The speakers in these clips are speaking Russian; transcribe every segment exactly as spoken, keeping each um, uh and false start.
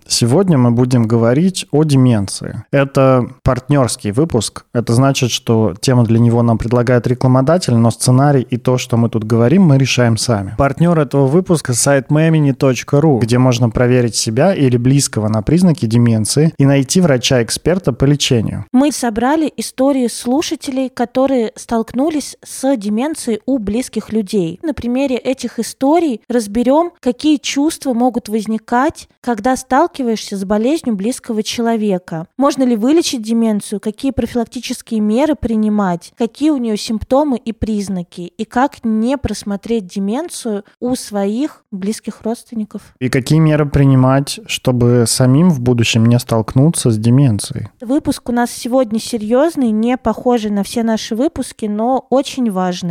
Сегодня мы будем говорить о деменции. Это партнерский выпуск. Это значит, что тему для него нам предлагает рекламодатель, но сценарий и то, что мы тут говорим, мы решаем сами. Партнер этого выпуска — сайт мемини точка ру, где можно проверить себя или близкого на признаки деменции и найти врача-эксперта по лечению. Мы собрали истории слушателей, которые столкнулись с деменцией у близких людей. На примере этих историй разберем, какие чувства могут возникать, когда сталкиваешься с болезнью близкого человека. Можно ли вылечить деменцию, какие профилактические меры принимать, какие у нее симптомы и признаки, и как не просмотреть деменцию у своих близких родственников. И какие меры принимать, чтобы самим в будущем не столкнуться с деменцией. Выпуск у нас сегодня серьезный, не похожий на все наши выпуски, но очень важный.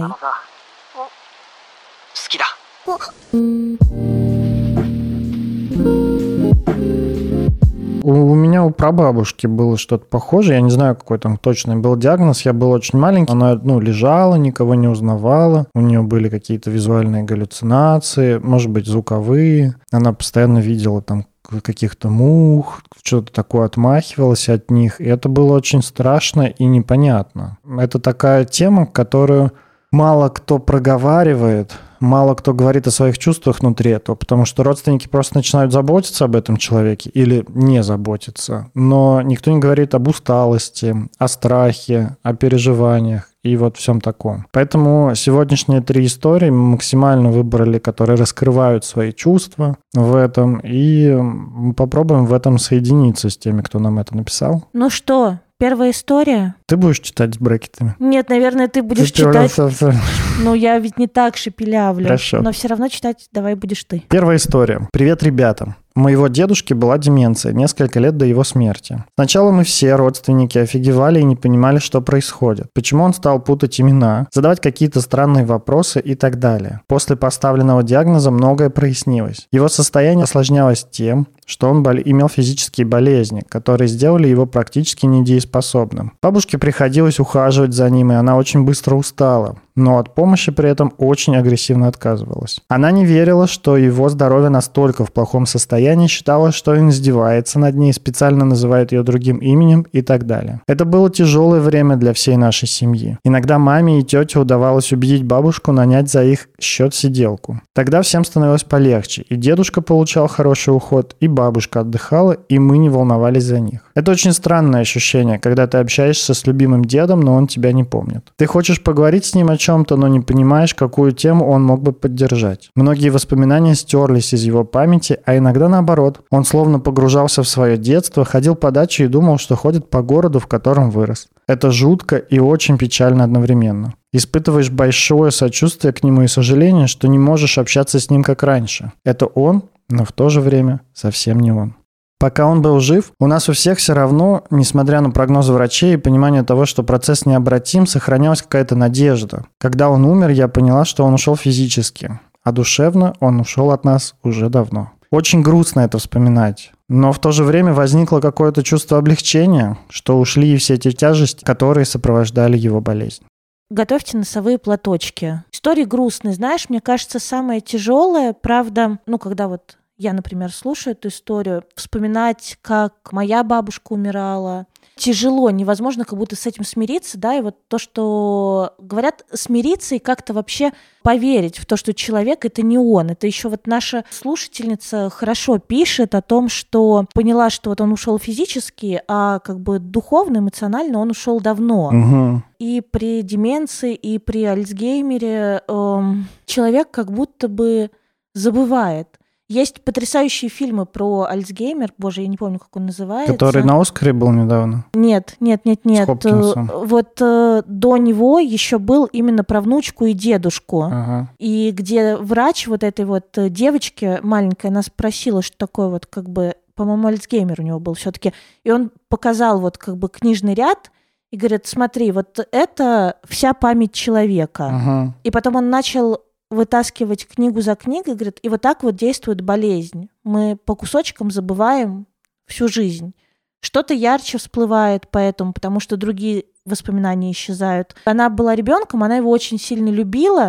У меня у прабабушки было что-то похожее, я не знаю, какой там точный был диагноз, я был очень маленький, она ну, лежала, никого не узнавала, у нее были какие-то визуальные галлюцинации, может быть, звуковые, она постоянно видела там каких-то мух, что-то такое, отмахивалась от них, и это было очень страшно и непонятно. Это такая тема, которую мало кто проговаривает, мало кто говорит о своих чувствах внутри этого, потому что родственники просто начинают заботиться об этом человеке или не заботиться, но никто не говорит об усталости, о страхе, о переживаниях и вот всем таком. Поэтому сегодняшние три истории мы максимально выбрали, которые раскрывают свои чувства в этом, и мы попробуем в этом соединиться с теми, кто нам это написал. Ну что, первая история? Ты будешь читать с брекетами? Нет, наверное, ты будешь ты читать. Ну, я ведь не так шепелявлю. Хорошо. Но все равно читать давай будешь ты. Первая история. Привет, ребята. У моего дедушки была деменция несколько лет до его смерти. Сначала мы все, родственники, офигевали и не понимали, что происходит. Почему он стал путать имена, задавать какие-то странные вопросы и так далее. После поставленного диагноза многое прояснилось. Его состояние осложнялось тем, что он бол- имел физические болезни, которые сделали его практически недееспособным. Бабушке приходилось ухаживать за ним, и она очень быстро устала, но от помощи при этом очень агрессивно отказывалась. Она не верила, что его здоровье настолько в плохом состоянии, считала, что он издевается над ней, специально называет ее другим именем и так далее. Это было тяжелое время для всей нашей семьи. Иногда маме и тете удавалось убедить бабушку нанять за их счет сиделку. Тогда всем становилось полегче, и дедушка получал хороший уход, и бабушка отдыхала, и мы не волновались за них. Это очень странное ощущение, когда ты общаешься с любимым дедом, но он тебя не помнит. Ты хочешь поговорить с ним о чем-то, но не понимаешь, какую тему он мог бы поддержать. Многие воспоминания стерлись из его памяти, а иногда наоборот. Он словно погружался в свое детство, ходил по даче и думал, что ходит по городу, в котором вырос. Это жутко и очень печально одновременно. Испытываешь большое сочувствие к нему и сожаление, что не можешь общаться с ним как раньше. Это он, но в то же время совсем не он. Пока он был жив, у нас у всех все равно, несмотря на прогнозы врачей и понимание того, что процесс необратим, сохранялась какая-то надежда. Когда он умер, я поняла, что он ушел физически, а душевно он ушел от нас уже давно. Очень грустно это вспоминать, но в то же время возникло какое-то чувство облегчения, что ушли и все эти тяжести, которые сопровождали его болезнь. Готовьте носовые платочки. История грустная, знаешь, мне кажется, самое тяжелое, правда, ну, когда вот я, например, слушаю эту историю, вспоминать, как моя бабушка умирала, тяжело, невозможно как будто с этим смириться, да, и вот то, что говорят, смириться и как-то вообще поверить в то, что человек — это не он. Это еще вот наша слушательница хорошо пишет о том, что поняла, что вот он ушел физически, а как бы духовно, эмоционально он ушел давно. Угу. И при деменции, и при Альцгеймере эм, человек как будто бы забывает. Есть потрясающие фильмы про Альцгеймер, боже, я не помню, как он называется. Который на Оскаре был недавно? Нет, нет, нет, нет. С Хопкинсом. Вот э, до него еще был именно про внучку и дедушку. Ага. И где врач вот этой вот девочки маленькой, она спросила, что такое вот как бы, по-моему, Альцгеймер у него был все-таки. И он показал вот как бы книжный ряд, и говорит, смотри, вот это вся память человека. Ага. И потом он начал вытаскивать книгу за книгой, говорит, и вот так вот действует болезнь. Мы по кусочкам забываем всю жизнь. Что-то ярче всплывает поэтому, потому что другие воспоминания исчезают. Она была ребенком, она его очень сильно любила,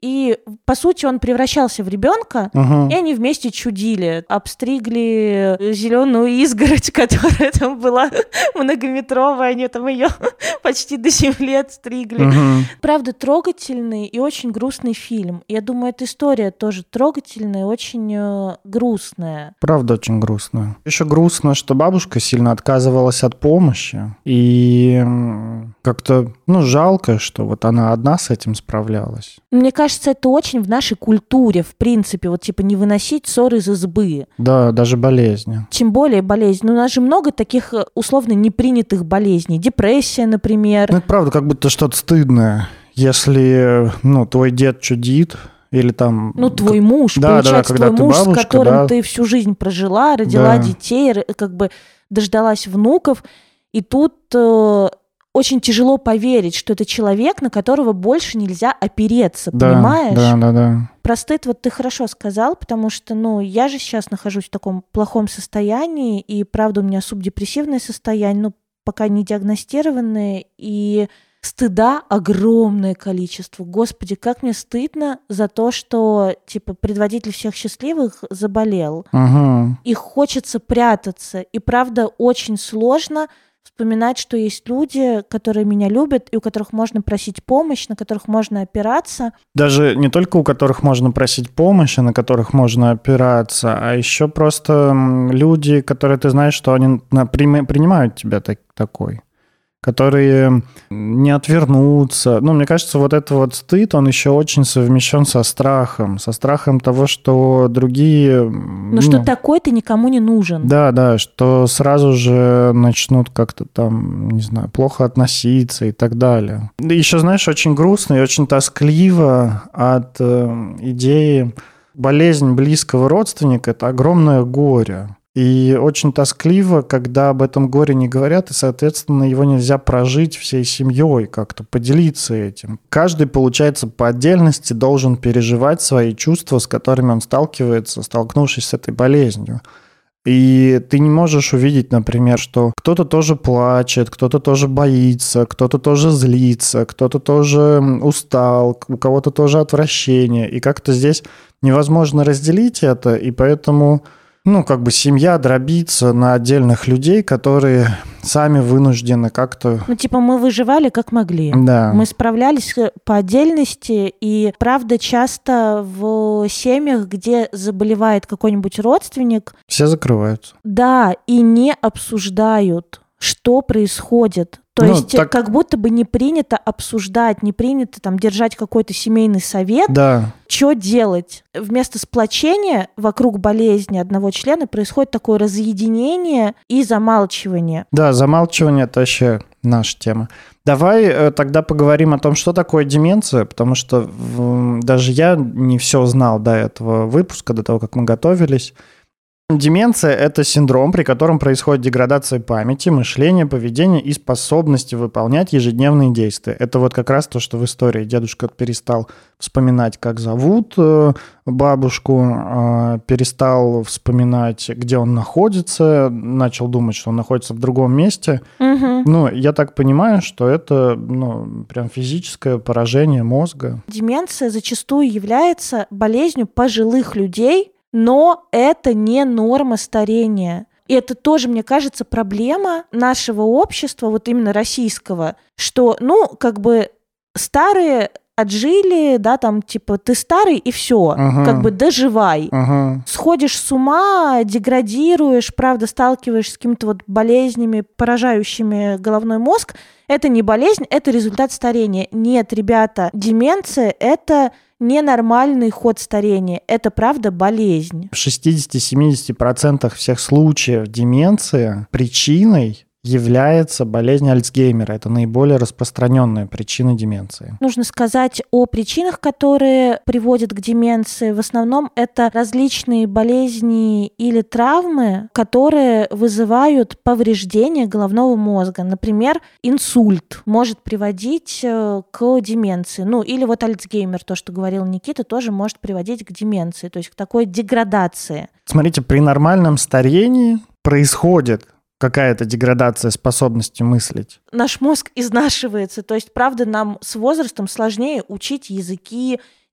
и, по сути, он превращался в ребенка, Угу. и они вместе чудили, обстригли зеленую изгородь, которая там была многометровая, они там ее почти до семь лет стригли. Угу. Правда, трогательный и очень грустный фильм. Я думаю, эта история тоже трогательная и очень э, грустная. Правда, очень грустно. Еще грустно, что бабушка сильно отказывалась от помощи. И м, как-то, ну, жалко, что вот она одна с этим справлялась. Мне кажется, это очень в нашей культуре, в принципе, вот типа не выносить ссор из избы. Да, даже болезни. Тем более болезнь. Ну, у нас же много таких э, условно непринятых болезней. Депрессия, например. Ну, это правда как будто что-то стыдное. Если, ну, твой дед чудит, или там... Ну, твой муж, Да, да, получается, когда твой ты муж, бабушка, с которым да. ты всю жизнь прожила, родила Да. детей, р- как бы дождалась внуков. И тут э, очень тяжело поверить, что это человек, на которого больше нельзя опереться, Да, понимаешь? да, да, да. Про стыд вот ты хорошо сказал, потому что, ну, я же сейчас нахожусь в таком плохом состоянии, и, правда, у меня субдепрессивное состояние, ну, пока не диагностированное, и стыда огромное количество. Господи, как мне стыдно за то, что, типа, предводитель всех счастливых заболел. Угу. И хочется прятаться. И, правда, очень сложно вспоминать, что есть люди, которые меня любят, и у которых можно просить помощь, на которых можно опираться. Даже не только у которых можно просить помощи, на которых можно опираться, а еще просто м, люди, которые ты знаешь, что они на- прими- принимают тебя так- такой, которые не отвернутся. Ну, мне кажется, вот этот вот стыд, он еще очень совмещен со страхом, со страхом того, что другие... Ну, что такой ты никому не нужен. Да, да, что сразу же начнут как-то там, не знаю, плохо относиться и так далее. Да еще, знаешь, очень грустно и очень тоскливо от э, идеи болезнь близкого родственника – это огромное горе. И очень тоскливо, когда об этом горе не говорят, и, соответственно, его нельзя прожить всей семьей, как-то поделиться этим. Каждый, получается, по отдельности должен переживать свои чувства, с которыми он сталкивается, столкнувшись с этой болезнью. И ты не можешь увидеть, например, что кто-то тоже плачет, кто-то тоже боится, кто-то тоже злится, кто-то тоже устал, у кого-то тоже отвращение. И как-то здесь невозможно разделить это, и поэтому... Ну, как бы семья дробится на отдельных людей, которые сами вынуждены как-то... Ну, типа, мы выживали как могли. Да. Мы справлялись по отдельности, и, правда, часто в семьях, где заболевает какой-нибудь родственник, Все закрываются. да, и не обсуждают, что происходит. То Ну, есть так- как будто бы не принято обсуждать, не принято там держать какой-то семейный совет, Да. что делать. Вместо сплочения вокруг болезни одного члена происходит такое разъединение и замалчивание. Да, замалчивание – это вообще наша тема. Давай э, тогда поговорим о том, что такое деменция, потому что в- даже я не все знал до этого выпуска, до того, как мы готовились. Деменция – это синдром, при котором происходит деградация памяти, мышления, поведения и способности выполнять ежедневные действия. Это вот как раз то, что в истории дедушка перестал вспоминать, как зовут э, бабушку, э, перестал вспоминать, где он находится, начал думать, что он находится в другом месте. Мгм. Ну, я так понимаю, что это, ну, прям физическое поражение мозга. Деменция зачастую является болезнью пожилых людей, но это не норма старения. И это тоже, мне кажется, проблема нашего общества, вот именно российского, что, ну, как бы старые отжили, да, там, типа, ты старый, и все, Ага. как бы доживай. Ага. Сходишь с ума, деградируешь, правда, сталкиваешься с какими-то вот болезнями, поражающими головной мозг. Это не болезнь, это результат старения. Нет, ребята, деменция – это ненормальный ход старения. Это, правда, болезнь. В шестьдесят-семьдесят процентов всех случаев деменции причиной является болезнь Альцгеймера. Это наиболее распространенная причина деменции. Нужно сказать о причинах, которые приводят к деменции. В основном это различные болезни или травмы, которые вызывают повреждение головного мозга. Например, инсульт может приводить э, к деменции. Ну, или вот Альцгеймер, то, что говорил Никита, тоже может приводить к деменции, то есть к такой деградации. Смотрите, при нормальном старении происходит какая-то деградация способности мыслить. Наш мозг изнашивается, то есть, правда, нам с возрастом сложнее учить языки,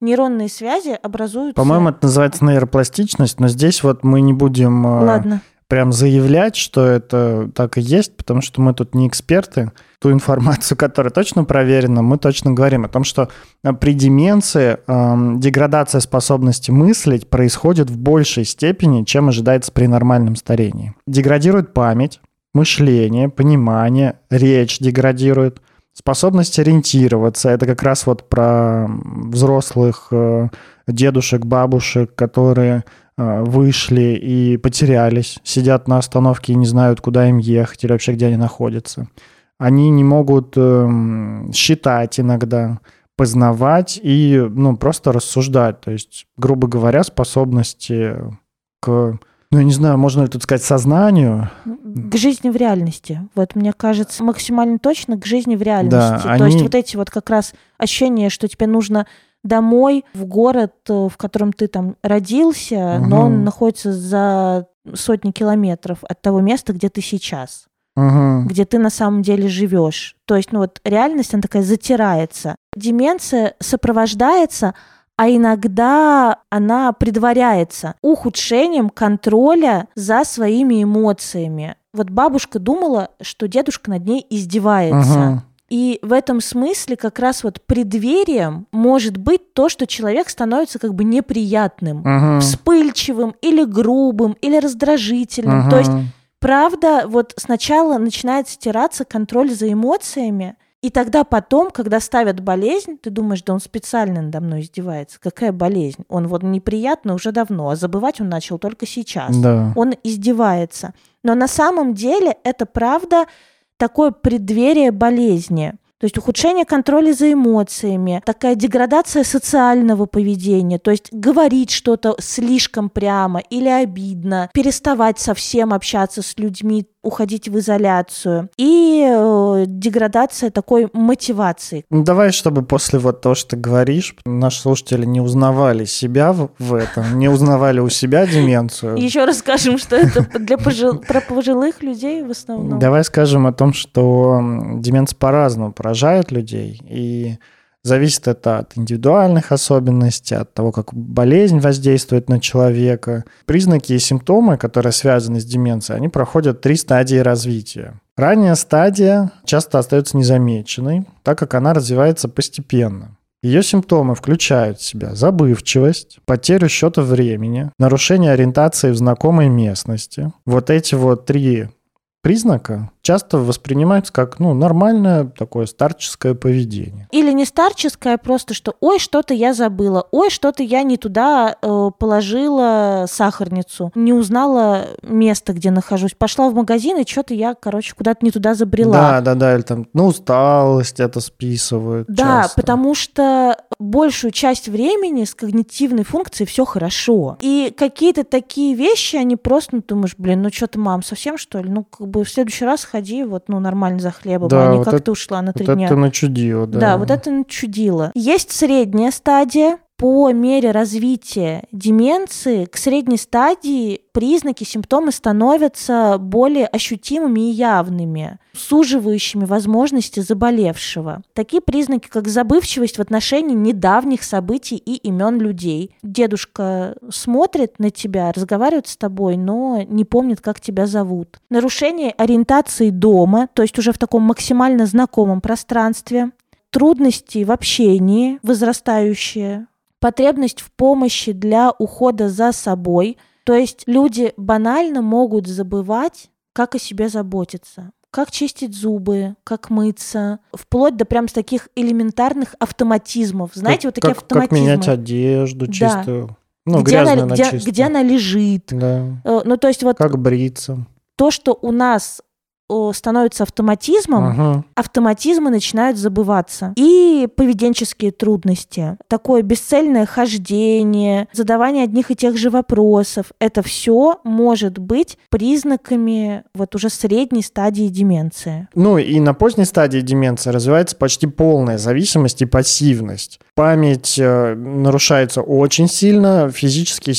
нейронные связи образуются... По-моему, это называется нейропластичность, но здесь вот мы не будем Ладно. прям заявлять, что это так и есть, потому что мы тут не эксперты. Ту информацию, которая точно проверена, мы точно говорим о том, что при деменции э, деградация способности мыслить происходит в большей степени, чем ожидается при нормальном старении. Деградирует память, мышление, понимание, речь деградирует, способность ориентироваться. Это как раз вот про взрослых э, дедушек, бабушек, которые э, вышли и потерялись, сидят на остановке и не знают, куда им ехать или вообще где они находятся. Они не могут э, считать иногда, познавать и ну, просто рассуждать. То есть, грубо говоря, способности к... Ну, я не знаю, можно ли тут сказать сознанию. К жизни в реальности. Вот, мне кажется, максимально точно к жизни в реальности. Да, То они... есть вот эти вот как раз ощущения, что тебе нужно домой, в город, в котором ты там родился, угу. но он находится за сотни километров от того места, где ты сейчас. Угу. Где ты на самом деле живешь. То есть, ну вот реальность, она такая затирается. Деменция сопровождается, а иногда она предваряется ухудшением контроля за своими эмоциями. Вот бабушка думала, что дедушка над ней издевается. Угу. И в этом смысле как раз вот преддверием может быть то, что человек становится как бы неприятным, угу. вспыльчивым или грубым, или раздражительным. Угу. То есть правда, вот сначала начинает стираться контроль за эмоциями, и тогда потом, когда ставят болезнь, ты думаешь, да он специально надо мной издевается. Какая болезнь? Он вот неприятный уже давно, а забывать он начал только сейчас. Да. Он издевается. Но на самом деле это правда такое преддверие болезни. То есть ухудшение контроля за эмоциями, такая деградация социального поведения, то есть говорить что-то слишком прямо или обидно, переставать совсем общаться с людьми, уходить в изоляцию и э, деградация такой мотивации. Ну, давай, чтобы после вот того, что ты говоришь, наши слушатели не узнавали себя в, в этом, не узнавали у себя деменцию. Еще раз скажем, что это для пожил... про пожилых людей в основном. Давай скажем о том, что деменция по-разному поражает людей, и зависит это от индивидуальных особенностей, от того, как болезнь воздействует на человека. Признаки и симптомы, которые связаны с деменцией, они проходят три стадии развития. Ранняя стадия часто остается незамеченной, так как она развивается постепенно. Ее симптомы включают в себя забывчивость, потерю счета времени, нарушение ориентации в знакомой местности. Вот эти вот три признака часто воспринимаются как ну, нормальное такое старческое поведение. Или не старческое, просто что «ой, что-то я забыла», «ой, что-то я не туда э, положила сахарницу», «не узнала место, где нахожусь», «пошла в магазин, и что-то я, короче, куда-то не туда забрела». Да, да, да, или там, ну, усталость это списывают Да, часто. потому что большую часть времени с когнитивной функцией все хорошо. И какие-то такие вещи, они просто, ну, думаешь, блин, ну что ты, мам, совсем что ли? Ну, как бы в следующий раз ходи вот, ну, нормально за хлебом, да, а не вот как это, ты ушла на три вот дня. Это начудило, да. Да, вот это начудило. Есть средняя стадия. По мере развития деменции к средней стадии признаки, симптомы становятся более ощутимыми и явными, суживающими возможности заболевшего. Такие признаки, как забывчивость в отношении недавних событий и имен людей. Дедушка смотрит на тебя, разговаривает с тобой, но не помнит, как тебя зовут. Нарушение ориентации дома, то есть уже в таком максимально знакомом пространстве. Трудности в общении возрастающие. Потребность в помощи для ухода за собой. То есть люди банально могут забывать, как о себе заботиться, как чистить зубы, как мыться, вплоть до прям с таких элементарных автоматизмов. Знаете, как, вот такие как, автоматизмы. Как менять одежду чистую, да. ну, где грязную она, на где, чистую. где она лежит. Да. Ну, то есть вот как бриться. То, что у нас становится автоматизмом, ага. автоматизмы начинают забываться. И поведенческие трудности. Такое бесцельное хождение, задавание одних и тех же вопросов. Это все может быть признаками вот уже средней стадии деменции. Ну и на поздней стадии деменции развивается почти полная зависимость и пассивность. Память э, нарушается очень сильно, физические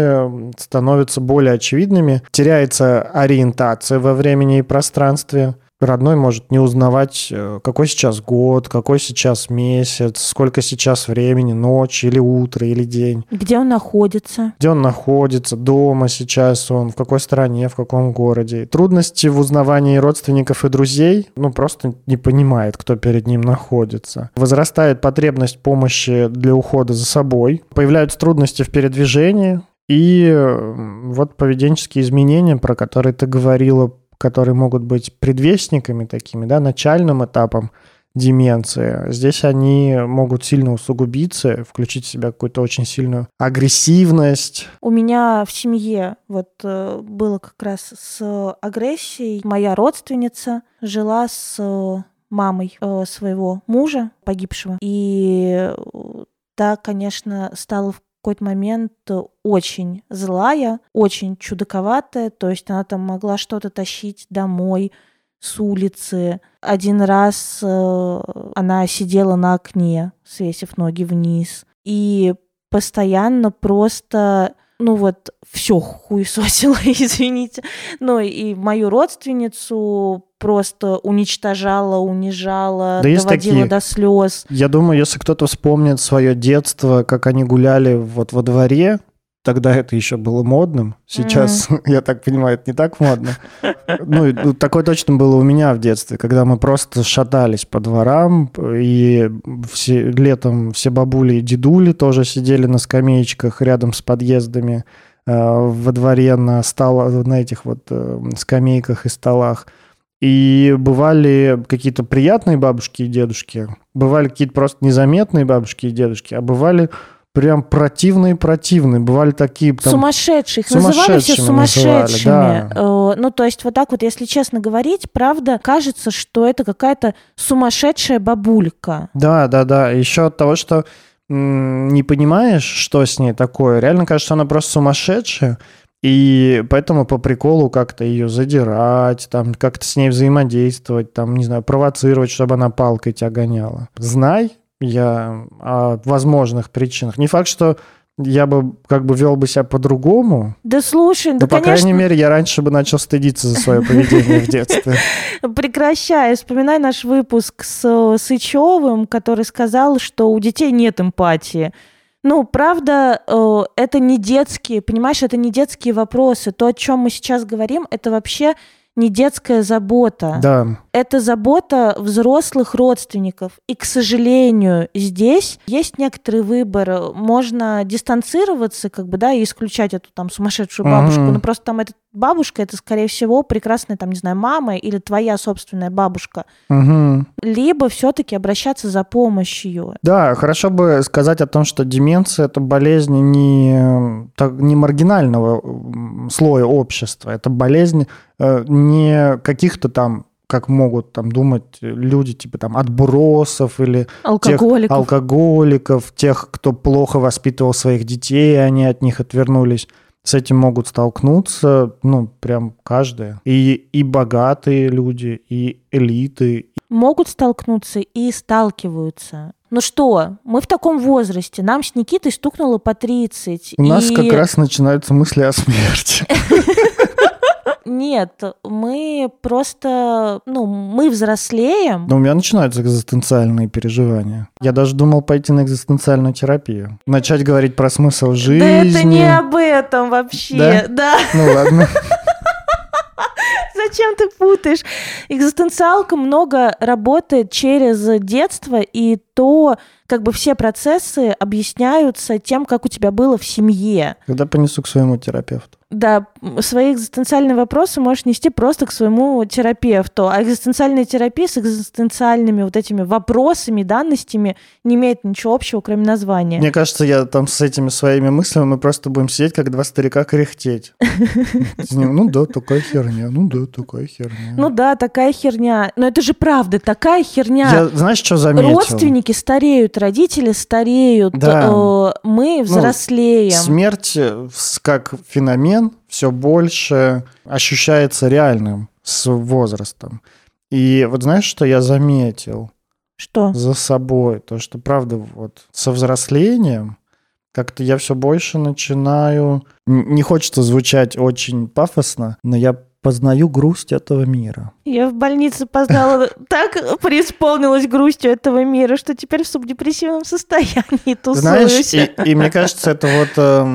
симптомы становятся более очевидными, теряется ориентация во времени и пространстве. родной может не узнавать, какой сейчас год, какой сейчас месяц, сколько сейчас времени, ночь или утро, или день. Где он находится. Где он находится, дома сейчас он, в какой стране, в каком городе. Трудности в узнавании родственников и друзей, ну, просто не понимает, кто перед ним находится. Возрастает потребность помощи для ухода за собой. Появляются трудности в передвижении. И вот поведенческие изменения, про которые ты говорила, которые могут быть предвестниками такими, да, начальным этапом деменции. Здесь они могут сильно усугубиться, включить в себя какую-то очень сильную агрессивность. У меня в семье вот э, было как раз с агрессией. Моя родственница жила с мамой э, своего мужа, погибшего. И та, конечно, стала в какой-то момент очень злая, очень чудаковатая, то есть она там могла что-то тащить домой с улицы. Один раз э, она сидела на окне, свесив ноги вниз, и постоянно просто, ну вот, все хуесосила, извините. Ну и мою родственницу просто уничтожала, унижала, да доводила такие. до слез. Я думаю, если кто-то вспомнит свое детство, как они гуляли вот во дворе, тогда это еще было модным. Сейчас, mm-hmm. я так понимаю, это не так модно. Ну, такое точно было у меня в детстве, когда мы просто шатались по дворам, и все, летом все бабули и дедули тоже сидели на скамеечках рядом с подъездами э, во дворе на, стол, на этих вот э, скамейках и столах. И бывали какие-то приятные бабушки и дедушки, бывали какие-то просто незаметные бабушки и дедушки, а бывали прям противные-противные. Бывали такие... Там, сумасшедшие. Их называли все сумасшедшими. Называли, да. Ну, то есть вот так вот, если честно говорить, правда, кажется, что это какая-то сумасшедшая бабулька. Да, да, да. Еще от того, что м- не понимаешь, что с ней такое, реально кажется, она просто сумасшедшая. И поэтому по приколу как-то ее задирать, там, как-то с ней взаимодействовать, там, не знаю, провоцировать, чтобы она палкой тебя гоняла. Знай я о возможных причинах. Не факт, что я бы как бы вел бы себя по-другому. Да слушай, но, да, по конечно... крайней мере, я раньше бы начал стыдиться за свое поведение в детстве. Прекращай. Вспоминай наш выпуск с Сычевым, который сказал, что у детей нет эмпатии. Ну, правда, это не детские, понимаешь, это не детские вопросы. То, о чем мы сейчас говорим, это вообще не детская забота. Да. Это забота взрослых родственников. И, к сожалению, здесь есть некоторый выбор. Можно дистанцироваться, как бы, да, и исключать эту там сумасшедшую бабушку. Mm-hmm. Но просто там эта бабушка, это, скорее всего, прекрасная, там, не знаю, мама или твоя собственная бабушка. Mm-hmm. Либо все-таки обращаться за помощью. Да, хорошо бы сказать о том, что деменция – это болезнь не, не маргинального слоя общества. Это болезнь не каких-то там, как могут там думать люди, типа там отбросов или алкоголиков. Тех, алкоголиков, тех, кто плохо воспитывал своих детей, и они от них отвернулись. С этим могут столкнуться, ну, прям каждый. И, и богатые люди, и элиты. Могут столкнуться и сталкиваются. Ну что, мы в таком возрасте, нам с Никитой стукнуло по тридцать. У и... нас как раз начинаются мысли о смерти. Нет, мы просто, ну, мы взрослеем. Но у меня начинаются экзистенциальные переживания. Я даже думал пойти на экзистенциальную терапию. Начать говорить про смысл жизни. Да это не об этом вообще. Да? Да. Ну ладно. Зачем ты путаешь? Экзистенциалка много работает через детство, и то, как бы все процессы объясняются тем, как у тебя было в семье. Когда понесу к своему терапевту. Да, свои экзистенциальные вопросы можешь нести просто к своему терапевту. А экзистенциальная терапия с экзистенциальными вот этими вопросами, данностями не имеет ничего общего, кроме названия. Мне кажется, я там с этими своими мыслями, мы просто будем сидеть, как два старика, кряхтеть. Ну да, такая херня, ну да, такая херня. Ну да, такая херня. Но это же правда, такая херня. Я, знаешь, что заметил? Родственники стареют, родители стареют, да. Мы взрослеем. Ну, смерть как феномен все больше ощущается реальным с возрастом. И вот знаешь, что я заметил? Что? За собой. То, что, правда, вот со взрослением как-то я все больше начинаю... Не хочется звучать очень пафосно, но я познаю грусть этого мира. Я в больнице познала, так преисполнилась грустью этого мира, что теперь в субдепрессивном состоянии тусуюсь. Знаешь, и, и мне кажется, это вот,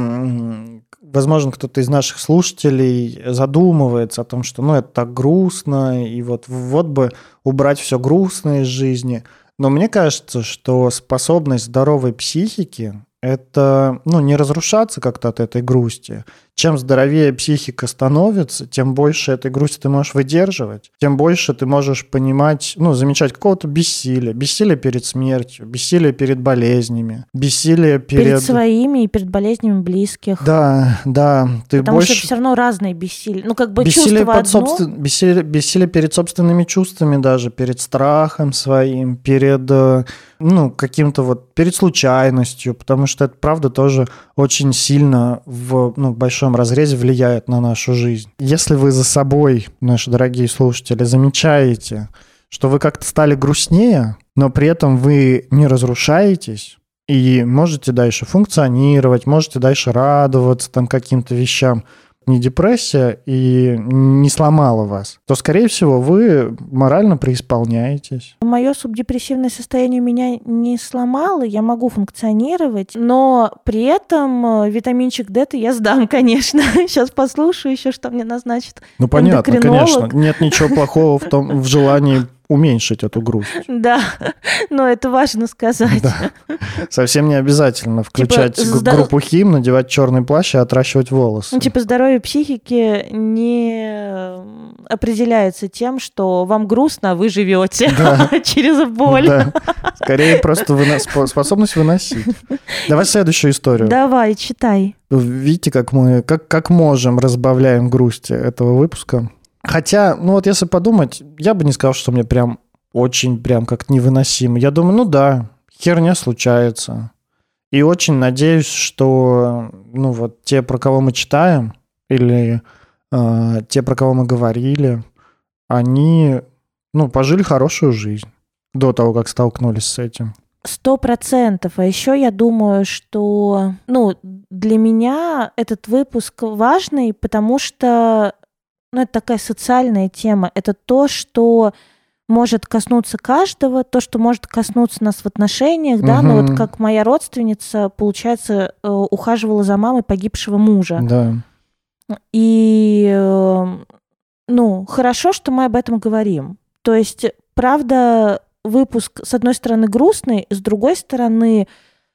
э, возможно, кто-то из наших слушателей задумывается о том, что, ну, это так грустно, и вот, вот бы убрать все грустное из жизни. Но мне кажется, что способность здоровой психики – это, ну, не разрушаться как-то от этой грусти. Чем здоровее психика становится, тем больше этой грусти ты можешь выдерживать, тем больше ты можешь понимать, ну, замечать какого-то бессилия. Бессилие перед смертью, бессилие перед болезнями, бессилие перед... Перед своими и перед болезнями близких. Да, да. Ты Потому больше... что все равно разные бессилия. Ну, как бы бессилие, чувство под одно... собствен... бессилие, бессилие перед собственными чувствами даже, перед страхом своим, перед, ну, каким-то вот, перед случайностью, потому что это, правда, тоже очень сильно в, ну, большом разрезе влияет на нашу жизнь. Если вы за собой, наши дорогие слушатели, замечаете, что вы как-то стали грустнее, но при этом вы не разрушаетесь и можете дальше функционировать, можете дальше радоваться там каким-то вещам, не депрессия и не сломала вас, то, скорее всего, вы морально преисполняетесь. Мое субдепрессивное состояние меня не сломало, я могу функционировать, но при этом витаминчик D-то я сдам, конечно. Сейчас послушаю еще, что мне назначит Ну, понятно, конечно. Нет ничего плохого в том, в желании уменьшить эту грусть. Да, но это важно сказать. Да. Совсем не обязательно включать типа, г- группу Хим, надевать черный плащ и отращивать волосы. Ну, типа здоровье психики не определяется тем, что вам грустно, а вы живете да. через боль. Да. Скорее просто выно... способность выносить. Давай следующую историю. Давай, читай. Видите, как мы как, как можем разбавляем грусть этого выпуска. Хотя, ну вот если подумать, я бы не сказал, что мне прям очень прям как-то невыносимо. Я думаю, ну да, херня случается. И очень надеюсь, что ну вот те, про кого мы читаем, или э, те, про кого мы говорили, они ну, пожили хорошую жизнь до того, как столкнулись с этим. Сто процентов. А еще я думаю, что ну, для меня этот выпуск важный, потому что ну, это такая социальная тема. Это то, что может коснуться каждого, то, что может коснуться нас в отношениях, да, угу. Ну вот как моя родственница, получается, ухаживала за мамой погибшего мужа. Да. И, ну, хорошо, что мы об этом говорим. То есть, правда, выпуск, с одной стороны, грустный, с другой стороны,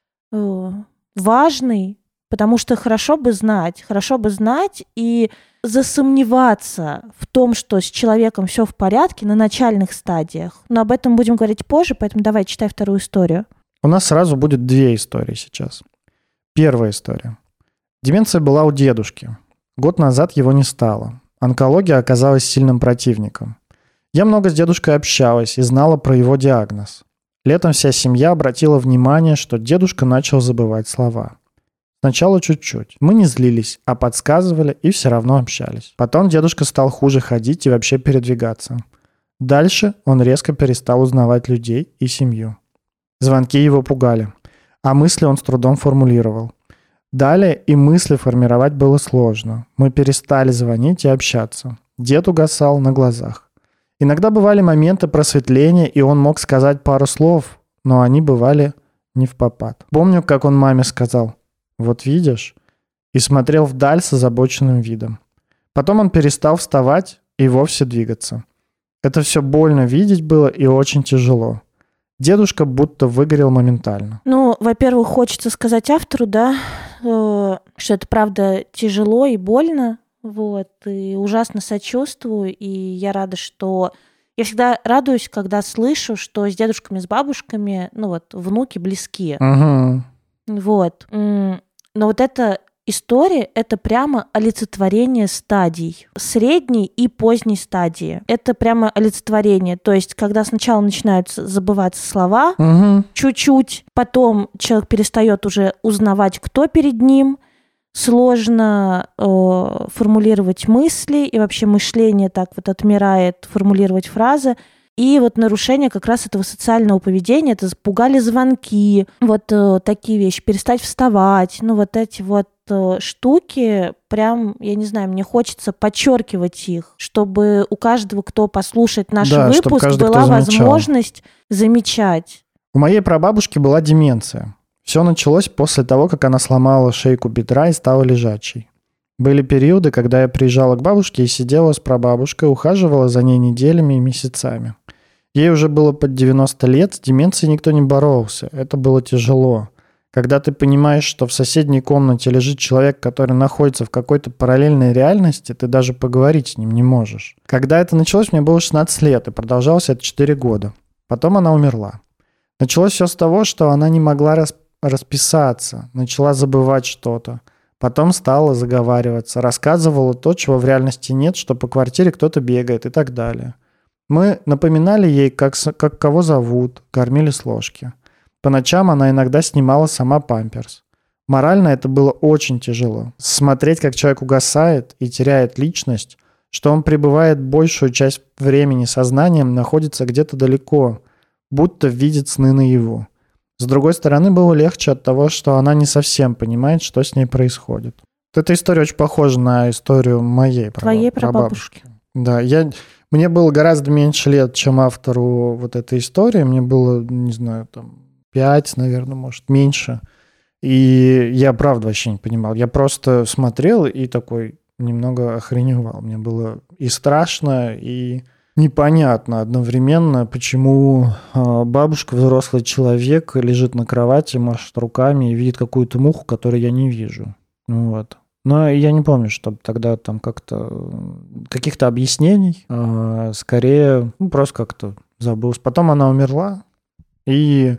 важный, потому что хорошо бы знать, хорошо бы знать и засомневаться в том, что с человеком все в порядке на начальных стадиях. Но об этом будем говорить позже, поэтому давай, читай вторую историю. У нас сразу будет две истории сейчас. Первая история. Деменция была у дедушки. Год назад его не стало. Онкология оказалась сильным противником. Я много с дедушкой общалась и знала про его диагноз. Летом вся семья обратила внимание, что дедушка начал забывать слова. Сначала чуть-чуть. Мы не злились, а подсказывали и все равно общались. Потом дедушка стал хуже ходить и вообще передвигаться. Дальше он резко перестал узнавать людей и семью. Звонки его пугали, а мысли он с трудом формулировал. Далее и мысли формировать было сложно. Мы перестали звонить и общаться. Дед угасал на глазах. Иногда бывали моменты просветления, и он мог сказать пару слов, но они бывали не впопад. Помню, как он маме сказал: «Вот видишь», и смотрел вдаль с озабоченным видом. Потом он перестал вставать и вовсе двигаться. Это все больно видеть было и очень тяжело. Дедушка будто выгорел моментально. Ну, во-первых, хочется сказать автору, да, что это правда тяжело и больно, вот, и ужасно сочувствую, и я рада, что... Я всегда радуюсь, когда слышу, что с дедушками, с бабушками, ну вот, внуки близки. Угу. Вот. Но вот эта история — это прямо олицетворение стадий. Средней и поздней стадии. Это прямо олицетворение. То есть, когда сначала начинают забываться слова, угу. чуть-чуть, потом человек перестает уже узнавать, кто перед ним, сложно э, формулировать мысли, и вообще мышление так вот отмирает, формулировать фразы. И вот нарушение как раз этого социального поведения, это пугали звонки, вот э, такие вещи, перестать вставать, ну вот эти вот штуки, прям, я не знаю, мне хочется подчеркивать их, чтобы у каждого, кто послушает наш Да, чтобы выпуск, каждый, была кто замечал. возможность замечать. У моей прабабушки была деменция. Все началось после того, как она сломала шейку бедра и стала лежачей. Были периоды, когда я приезжала к бабушке и сидела с прабабушкой, ухаживала за ней неделями и месяцами. Ей уже было под девяносто лет, с деменцией никто не боролся. Это было тяжело. Когда ты понимаешь, что в соседней комнате лежит человек, который находится в какой-то параллельной реальности, ты даже поговорить с ним не можешь. Когда это началось, мне было шестнадцать лет, и продолжалось это четыре года. Потом она умерла. Началось все с того, что она не могла рас... расписаться, начала забывать что-то. Потом стала заговариваться, рассказывала то, чего в реальности нет, что по квартире кто-то бегает и так далее. Мы напоминали ей, как, как кого зовут, кормили с ложки. По ночам она иногда снимала сама памперс. Морально это было очень тяжело. Смотреть, как человек угасает и теряет личность, что он пребывает большую часть времени сознанием, находится где-то далеко, будто видит сны наяву. С другой стороны, было легче от того, что она не совсем понимает, что с ней происходит. Эта история очень похожа на историю моей Твоей прабабушки. Да, я... Мне было гораздо меньше лет, чем автору вот этой истории. Мне было, не знаю, там, пять, наверное, может, меньше. И я, правда, вообще не понимал. Я просто смотрел и такой немного охреневал. Мне было и страшно, и непонятно одновременно, почему бабушка, взрослый человек, лежит на кровати, машет руками и видит какую-то муху, которую я не вижу. Вот. Но я не помню, чтобы тогда там как-то каких-то объяснений, а скорее, ну, просто как-то забылось. Потом она умерла, и,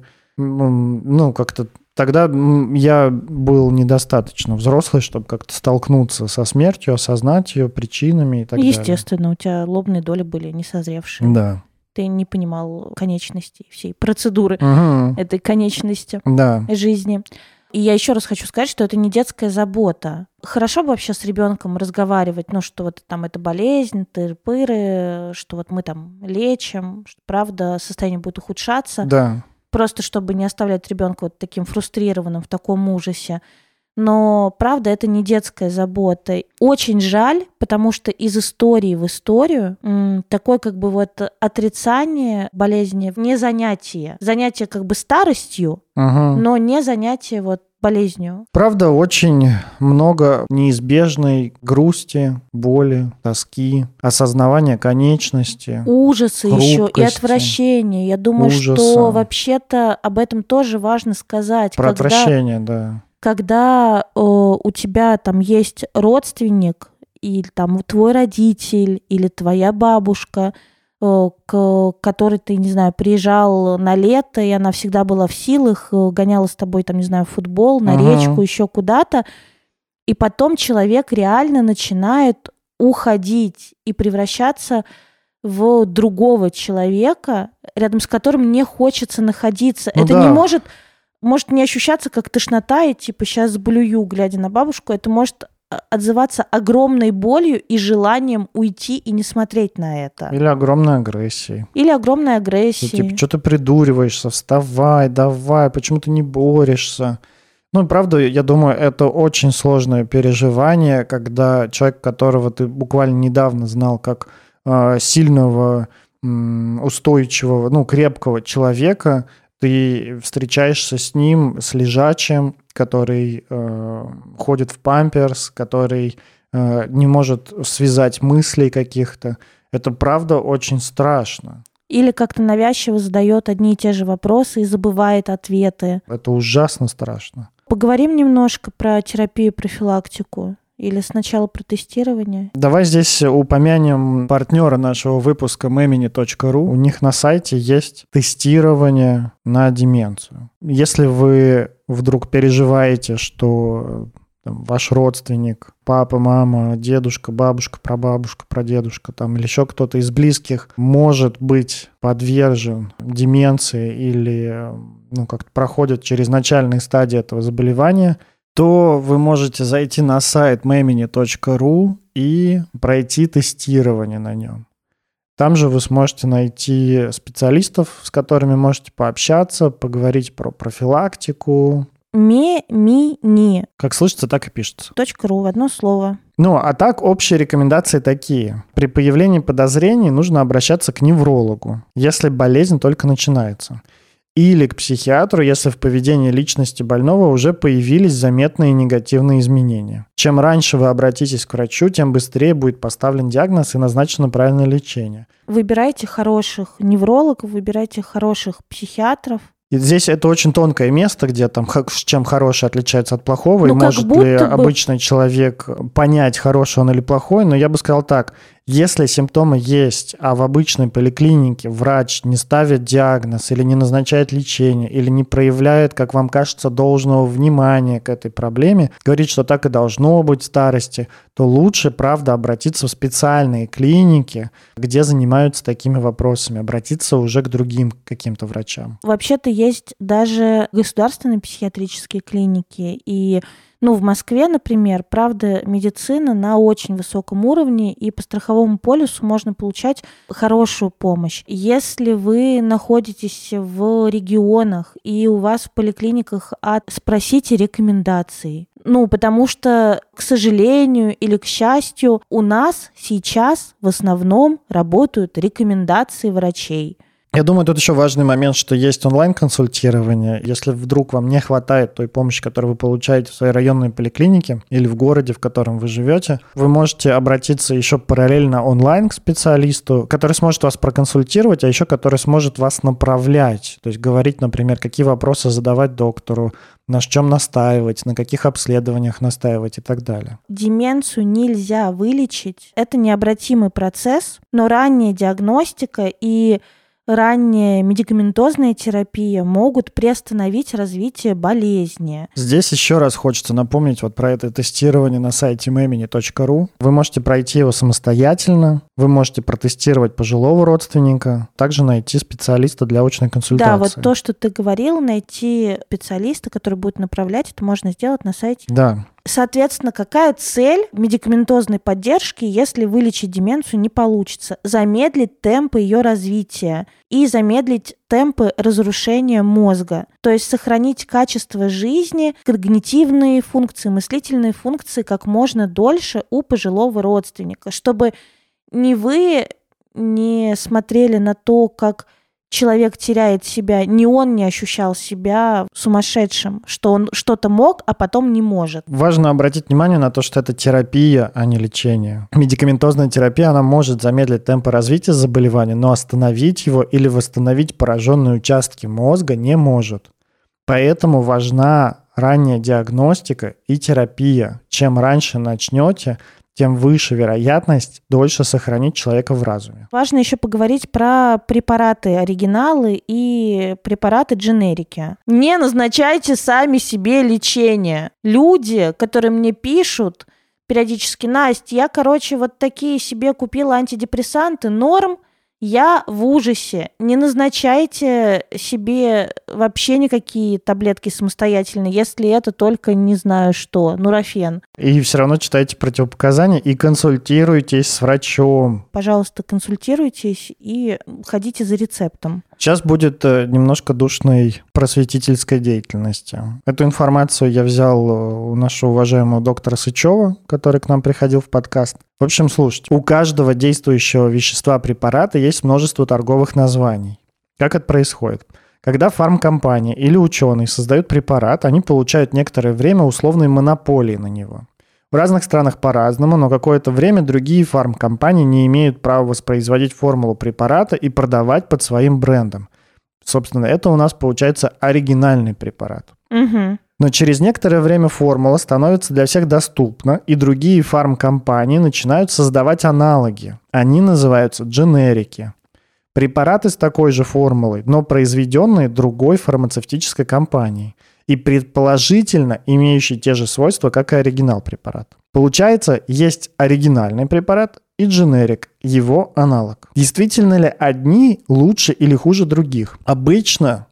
ну, как-то тогда я был недостаточно взрослый, чтобы как-то столкнуться со смертью, осознать ее причинами и так далее. Естественно, у тебя лобные доли были не созревшие. Да. Ты не понимал конечностей всей процедуры Угу. этой конечности Да. жизни. И я еще раз хочу сказать, что это не детская забота. Хорошо бы вообще с ребенком разговаривать, ну, что вот там это болезнь, тыры-пыры, что вот мы там лечим, что, правда, состояние будет ухудшаться. Да. Просто чтобы не оставлять ребенка вот таким фрустрированным, в таком ужасе. Но, правда, это не детская забота. Очень жаль, потому что из истории в историю м, такое как бы вот отрицание болезни, не занятие. Занятие как бы старостью, Угу. но не занятие вот болезнью. Правда, очень много неизбежной грусти, боли, тоски, осознавания конечности. Ужаса еще и хрупкости, отвращения. Я думаю, ужаса. что вообще-то об этом тоже важно сказать. Про когда, отвращение, да. когда э, у тебя там есть родственник, или там твой родитель, или твоя бабушка, э, к которой ты, не знаю, приезжал на лето, и она всегда была в силах, э, гоняла с тобой, там, не знаю, в футбол, на Ага. речку, еще куда-то, и потом человек реально начинает уходить и превращаться в другого человека, рядом с которым не хочется находиться. Ну это да. не может, может не ощущаться как тошнота, и типа сейчас блюю, глядя на бабушку. Это может отзываться огромной болью и желанием уйти и не смотреть на это. Или огромной агрессией. Или огромной Что, агрессией. типа, что ты придуриваешься, вставай, давай, почему ты не борешься? Ну, правда, я думаю, это очень сложное переживание, когда человек, которого ты буквально недавно знал как э, сильного, м, устойчивого, ну, крепкого человека, ты встречаешься с ним, с лежачим, который э, ходит в памперс, который э, не может связать мыслей каких-то. Это, правда, очень страшно. Или как-то навязчиво задает одни и те же вопросы и забывает ответы. Это ужасно страшно. Поговорим немножко про терапию, профилактику. Или сначала про тестирование? Давай здесь упомянем партнера нашего выпуска мемини точка ру. У них на сайте есть тестирование на деменцию. Если вы вдруг переживаете, что там, ваш родственник, папа, мама, дедушка, бабушка, прабабушка, прадедушка там, или еще кто-то из близких может быть подвержен деменции или ну, как-то проходит через начальные стадии этого заболевания, то вы можете зайти на сайт мемини точка ру и пройти тестирование на нем. Там же вы сможете найти специалистов, с которыми можете пообщаться, поговорить про профилактику, Мемини. Как слышится, так и пишется. .ру в одно слово. Ну, а так общие рекомендации такие. При появлении подозрений нужно обращаться к неврологу, если болезнь только начинается. Или к психиатру, если в поведении личности больного уже появились заметные негативные изменения. Чем раньше вы обратитесь к врачу, тем быстрее будет поставлен диагноз и назначено правильное лечение. Выбирайте хороших неврологов, выбирайте хороших психиатров. И здесь это очень тонкое место, где там чем хороший отличается от плохого, ну, и может ли бы... обычный человек понять, хороший он или плохой. Но я бы сказал так, если симптомы есть, а в обычной поликлинике врач не ставит диагноз или не назначает лечение, или не проявляет, как вам кажется, должного внимания к этой проблеме, говорит, что так и должно быть в старости, то лучше, правда, обратиться в специальные клиники, где занимаются такими вопросами, обратиться уже к другим каким-то врачам. Вообще-то есть даже государственные психиатрические клиники, и ну, в Москве, например, правда, медицина на очень высоком уровне, и по страховому полису можно получать хорошую помощь. Если вы находитесь в регионах, и у вас в поликлиниках, а спросите рекомендации. Ну, потому что, к сожалению или к счастью, у нас сейчас в основном работают рекомендации врачей. Я думаю, тут еще важный момент, что есть онлайн-консультирование. Если вдруг вам не хватает той помощи, которую вы получаете в своей районной поликлинике или в городе, в котором вы живете, вы можете обратиться еще параллельно онлайн к специалисту, который сможет вас проконсультировать, а еще который сможет вас направлять. То есть говорить, например, какие вопросы задавать доктору, на чем настаивать, на каких обследованиях настаивать и так далее. Деменцию нельзя вылечить. Это необратимый процесс, но ранняя диагностика и ранняя медикаментозная терапия могут приостановить развитие болезни. Здесь еще раз хочется напомнить вот про это тестирование на сайте мемини точка ру. Вы можете пройти его самостоятельно, вы можете протестировать пожилого родственника, также найти специалиста для очной консультации. Да, вот то, что ты говорил, найти специалиста, который будет направлять, это можно сделать на сайте. Да. Соответственно, какая цель медикаментозной поддержки, если вылечить деменцию не получится? Замедлить темпы ее развития и замедлить темпы разрушения мозга. То есть сохранить качество жизни, когнитивные функции, мыслительные функции как можно дольше у пожилого родственника, чтобы ни вы не смотрели на то, как человек теряет себя, ни он не ощущал себя сумасшедшим, что он что-то мог, а потом не может. Важно обратить внимание на то, что это терапия, а не лечение. Медикаментозная терапия, она может замедлить темпы развития заболевания, но остановить его или восстановить пораженные участки мозга не может. Поэтому важна ранняя диагностика и терапия. Чем раньше начнете, тем выше вероятность дольше сохранить человека в разуме. Важно еще поговорить про препараты оригиналы и препараты дженерики. Не назначайте сами себе лечение. Люди, которые мне пишут периодически: Настя, я, короче, вот такие себе купила антидепрессанты, норм, я в ужасе. Не назначайте себе вообще никакие таблетки самостоятельно, если это только не знаю что, нурофен. И все равно читайте противопоказания и консультируйтесь с врачом. Пожалуйста, консультируйтесь и ходите за рецептом. Сейчас будет немножко душной просветительской деятельности. Эту информацию я взял у нашего уважаемого доктора Сычева, который к нам приходил в подкаст. В общем, слушайте, у каждого действующего вещества препарата есть множество торговых названий. Как это происходит? Когда фармкомпания или ученые создают препарат, они получают некоторое время условной монополии на него. В разных странах по-разному, но какое-то время другие фармкомпании не имеют права воспроизводить формулу препарата и продавать под своим брендом. Собственно, это у нас получается оригинальный препарат. Угу. Но через некоторое время формула становится для всех доступна, и другие фармкомпании начинают создавать аналоги. Они называются дженерики. Препараты с такой же формулой, но произведенные другой фармацевтической компанией и предположительно имеющие те же свойства, как и оригинал препарата. Получается, есть оригинальный препарат и дженерик, его аналог. Действительно ли одни лучше или хуже других? Обычно, как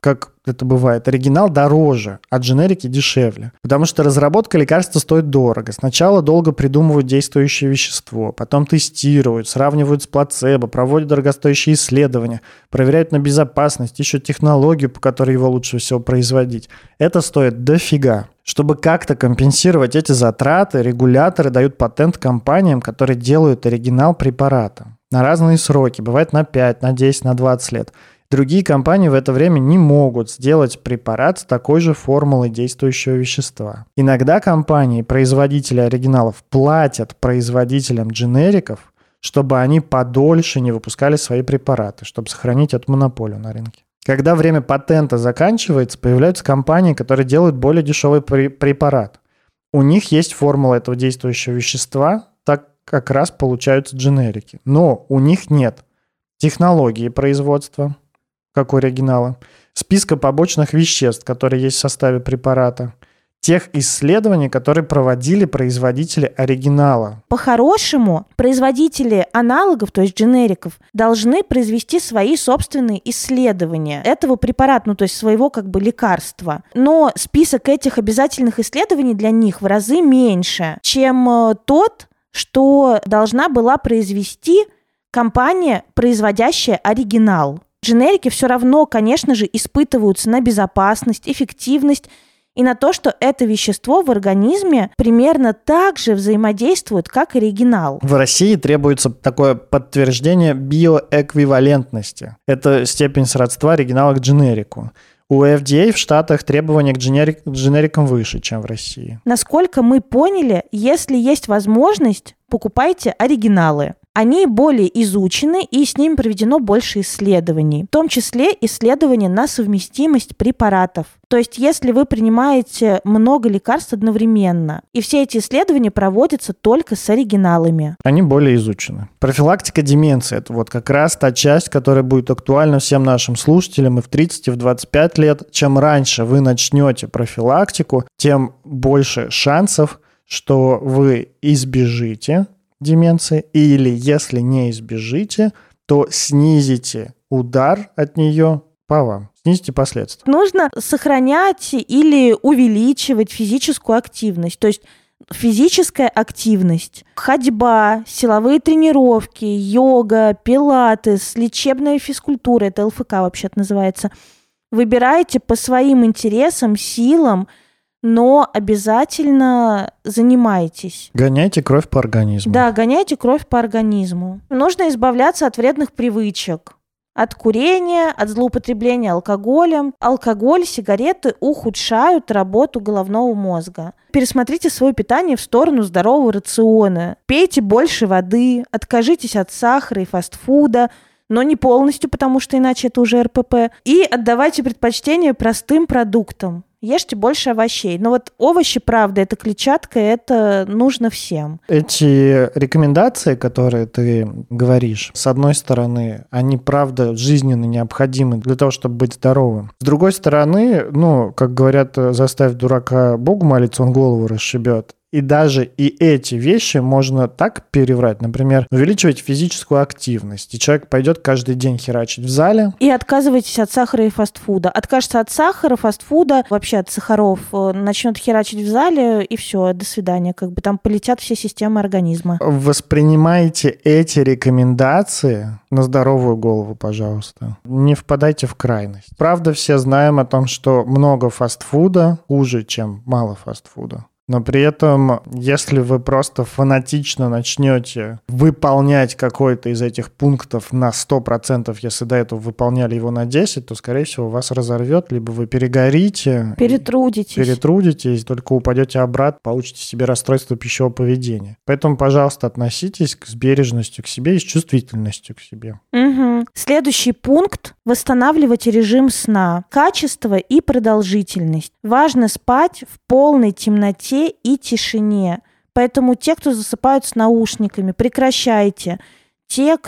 это бывает, оригинал дороже, а дженерики дешевле. Потому что разработка лекарства стоит дорого. Сначала долго придумывают действующее вещество, потом тестируют, сравнивают с плацебо, проводят дорогостоящие исследования, проверяют на безопасность, ищут технологию, по которой его лучше всего производить. Это стоит дофига. Чтобы как-то компенсировать эти затраты, регуляторы дают патент компаниям, которые делают оригинал препарата на разные сроки, бывает на пять, на десять, на двадцать лет. Другие компании в это время не могут сделать препарат с такой же формулой действующего вещества. Иногда компании, производители оригиналов, платят производителям дженериков, чтобы они подольше не выпускали свои препараты, чтобы сохранить эту монополию на рынке. Когда время патента заканчивается, появляются компании, которые делают более дешевый препарат. У них есть формула этого действующего вещества, так как раз получаются дженерики. Но у них нет технологии производства, как у оригинала, списка побочных веществ, которые есть в составе препарата, тех исследований, которые проводили производители оригинала. По-хорошему, производители аналогов, то есть дженериков, должны произвести свои собственные исследования этого препарата, ну то есть своего как бы лекарства. Но список этих обязательных исследований для них в разы меньше, чем тот, что должна была произвести компания, производящая оригинал. Дженерики все равно, конечно же, испытываются на безопасность, эффективность и на то, что это вещество в организме примерно так же взаимодействует, как оригинал. В России требуется такое подтверждение биоэквивалентности. Это степень сродства оригинала к дженерику. У эф ди эй в Штатах требования к дженерик, дженерикам выше, чем в России. Насколько мы поняли, если есть возможность, покупайте оригиналы. Они более изучены, и с ними проведено больше исследований, в том числе исследования на совместимость препаратов. То есть, если вы принимаете много лекарств одновременно, и все эти исследования проводятся только с оригиналами. Они более изучены. Профилактика деменции – это вот как раз та часть, которая будет актуальна всем нашим слушателям и в тридцать, и в двадцать пять лет. Чем раньше вы начнете профилактику, тем больше шансов, что вы избежите деменции, или если не избежите, то снизите удар от нее по вам, снизите последствия. Нужно сохранять или увеличивать физическую активность, то есть физическая активность, ходьба, силовые тренировки, йога, пилатес, лечебная физкультура, это эл эф ка вообще-то называется. Выбирайте по своим интересам, силам, но обязательно занимайтесь. Гоняйте кровь по организму. Да, гоняйте кровь по организму. Нужно избавляться от вредных привычек. От курения, от злоупотребления алкоголем. Алкоголь, сигареты ухудшают работу головного мозга. Пересмотрите свое питание в сторону здорового рациона. Пейте больше воды, откажитесь от сахара и фастфуда, но не полностью, потому что иначе это уже эр пэ пэ. И отдавайте предпочтение простым продуктам. Ешьте больше овощей. Но вот овощи, правда, это клетчатка, это нужно всем. Эти рекомендации, которые ты говоришь, с одной стороны, они, правда, жизненно необходимы для того, чтобы быть здоровым. С другой стороны, ну, как говорят, заставь дурака Богу молиться, он голову расшибет. И даже и эти вещи можно так переврать. Например, увеличивать физическую активность. И человек пойдет каждый день херачить в зале. И отказывайтесь от сахара и фастфуда. Откажется от сахара, фастфуда, вообще от сахаров. Начнет херачить в зале, и все, до свидания. Как бы там полетят все системы организма. Воспринимайте эти рекомендации на здоровую голову, пожалуйста. Не впадайте в крайность. Правда, все знаем о том, что много фастфуда хуже, чем мало фастфуда. Но при этом, если вы просто фанатично начнете выполнять какой-то из этих пунктов на сто процентов, если до этого выполняли его на десять процентов, то, скорее всего, вас разорвет, либо вы перегорите. Перетрудитесь. Перетрудитесь, только упадете обратно, получите себе расстройство пищевого поведения. Поэтому, пожалуйста, относитесь с бережностью к себе и с чувствительностью к себе. Угу. Следующий пункт – восстанавливать режим сна, качество и продолжительность. Важно спать в полной темноте и тишине. Поэтому те, кто засыпают с наушниками, прекращайте. Те,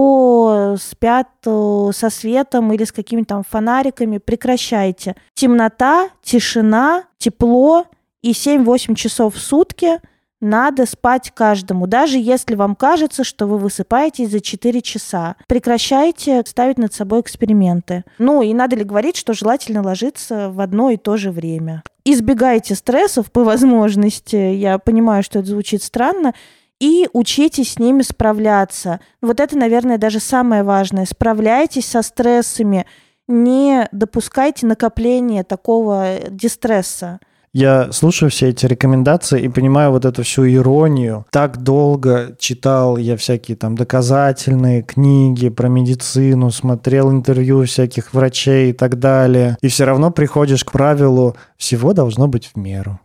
кто спят со светом или с какими-то там фонариками, прекращайте. Темнота, тишина, тепло и семь-восемь часов в сутки Надо спать каждому, даже если вам кажется, что вы высыпаетесь за четыре часа. Прекращайте ставить над собой эксперименты. Ну и надо ли говорить, что желательно ложиться в одно и то же время. Избегайте стрессов по возможности. Я понимаю, что это звучит странно. И учитесь с ними справляться. Вот это, наверное, даже самое важное. Справляйтесь со стрессами. Не допускайте накопления такого дистресса. Я слушаю все эти рекомендации и понимаю вот эту всю иронию. Так долго читал я всякие там доказательные книги про медицину, смотрел интервью всяких врачей и так далее. И все равно приходишь к правилу «всего должно быть в меру».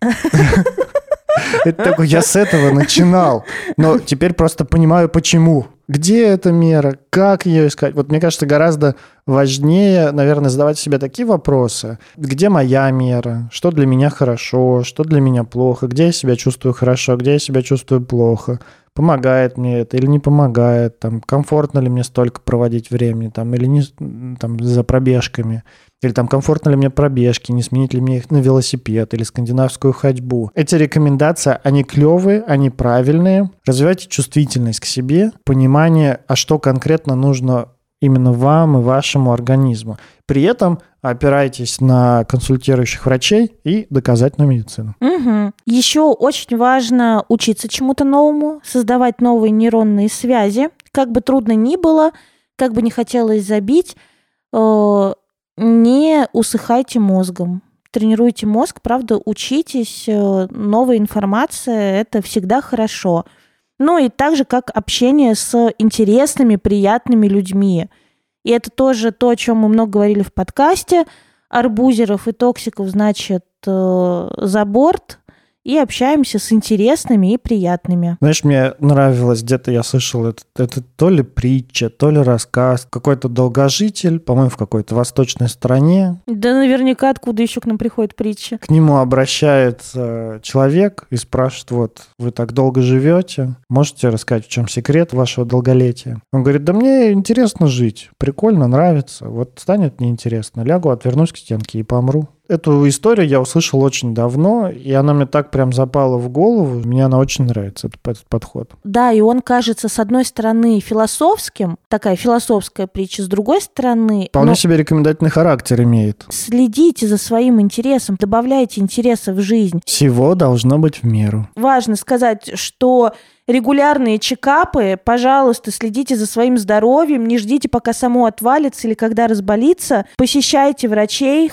Это такой, я с этого начинал, но теперь просто понимаю, почему. Где эта мера? Как ее искать? Вот мне кажется, гораздо важнее, наверное, задавать себе такие вопросы. Где моя мера? Что для меня хорошо? Что для меня плохо? Где я себя чувствую хорошо? Где я себя чувствую плохо? Помогает мне это или не помогает? Там, комфортно ли мне столько проводить времени? Там, или не там, за пробежками? Или там комфортно ли мне пробежки, не сменить ли мне их на велосипед или скандинавскую ходьбу. Эти рекомендации, они клевые, они правильные. Развивайте чувствительность к себе, понимание, а что конкретно нужно именно вам и вашему организму. При этом опирайтесь на консультирующих врачей и доказательную медицину. Угу. Еще очень важно учиться чему-то новому, создавать новые нейронные связи. Как бы трудно ни было, как бы не хотелось забить, э- не усыхайте мозгом. Тренируйте мозг, правда, учитесь. Новая информация – это всегда хорошо. Ну и так же, как общение с интересными, приятными людьми. И это тоже то, о чем мы много говорили в подкасте. Арбузеров и токсиков, значит, за борт. И общаемся с интересными и приятными. Знаешь, мне нравилось, где-то я слышал, это, это то ли притча, то ли рассказ. Какой-то долгожитель, по-моему, в какой-то восточной стране. Да наверняка откуда еще к нам приходит притча. К нему обращается человек и спрашивает, вот, вы так долго живете, можете рассказать, в чем секрет вашего долголетия? Он говорит, да мне интересно жить, прикольно, нравится. Вот станет неинтересно, лягу, отвернусь к стенке и помру. Эту историю я услышал очень давно, и она мне так прям запала в голову. Мне она очень нравится, этот, этот подход. Да, и он кажется, с одной стороны, философским, такая философская притча, с другой стороны... Вполне но... себе рекомендательный характер имеет. Следите за своим интересом, добавляйте интереса в жизнь. Всего должно быть в меру. Важно сказать, что... Регулярные чекапы, пожалуйста, следите за своим здоровьем, не ждите, пока само отвалится или когда разболится. Посещайте врачей,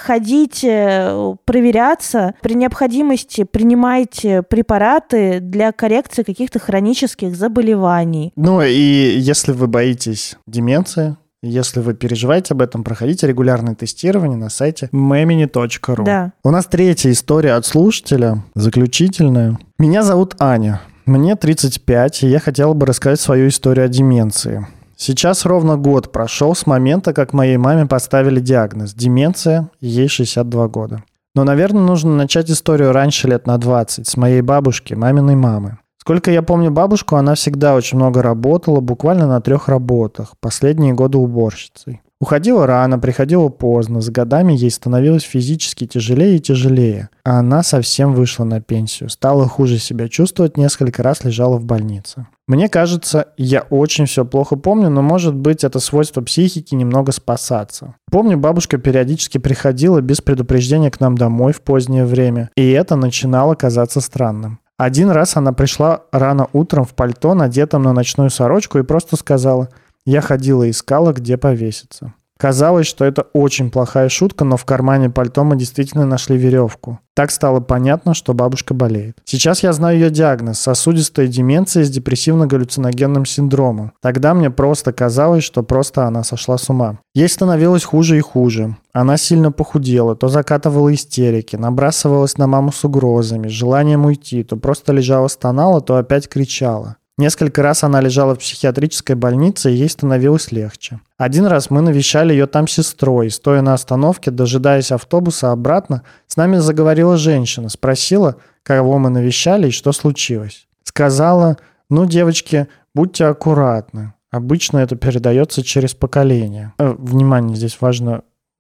ходите проверяться. При необходимости принимайте препараты для коррекции каких-то хронических заболеваний. Ну и если вы боитесь деменции, если вы переживаете об этом, проходите регулярное тестирование на сайте мемини точка ру. Да. У нас третья история от слушателя, заключительная. Меня зовут Аня. Мне тридцать пять, и я хотела бы рассказать свою историю о деменции. Сейчас ровно год прошел с момента, как моей маме поставили диагноз – деменция, ей шестьдесят два года. Но, наверное, нужно начать историю раньше лет на двадцать, с моей бабушки, маминой мамы. Сколько я помню бабушку, она всегда очень много работала, буквально на трех работах, последние годы уборщицей. Уходила рано, приходила поздно, с годами ей становилось физически тяжелее и тяжелее, а она совсем вышла на пенсию, стала хуже себя чувствовать, несколько раз лежала в больнице. Мне кажется, я очень все плохо помню, но, может быть, это свойство психики немного спасаться. Помню, бабушка периодически приходила без предупреждения к нам домой в позднее время, и это начинало казаться странным. Один раз она пришла рано утром в пальто, надетом на ночную сорочку, и просто сказала: «Я ходила и искала, где повеситься». Казалось, что это очень плохая шутка, но в кармане пальто мы действительно нашли веревку. Так стало понятно, что бабушка болеет. Сейчас я знаю ее диагноз – сосудистая деменция с депрессивно-галлюциногенным синдромом. Тогда мне просто казалось, что просто она сошла с ума. Ей становилось хуже и хуже. Она сильно похудела, то закатывала истерики, набрасывалась на маму с угрозами, желанием уйти, то просто лежала, стонала, то опять кричала. Несколько раз она лежала в психиатрической больнице, и ей становилось легче. Один раз мы навещали ее там сестрой. Стоя на остановке, дожидаясь автобуса обратно, с нами заговорила женщина, спросила, кого мы навещали и что случилось. Сказала: «Ну, девочки, будьте аккуратны. Обычно это передается через поколение». Э, внимание, здесь важно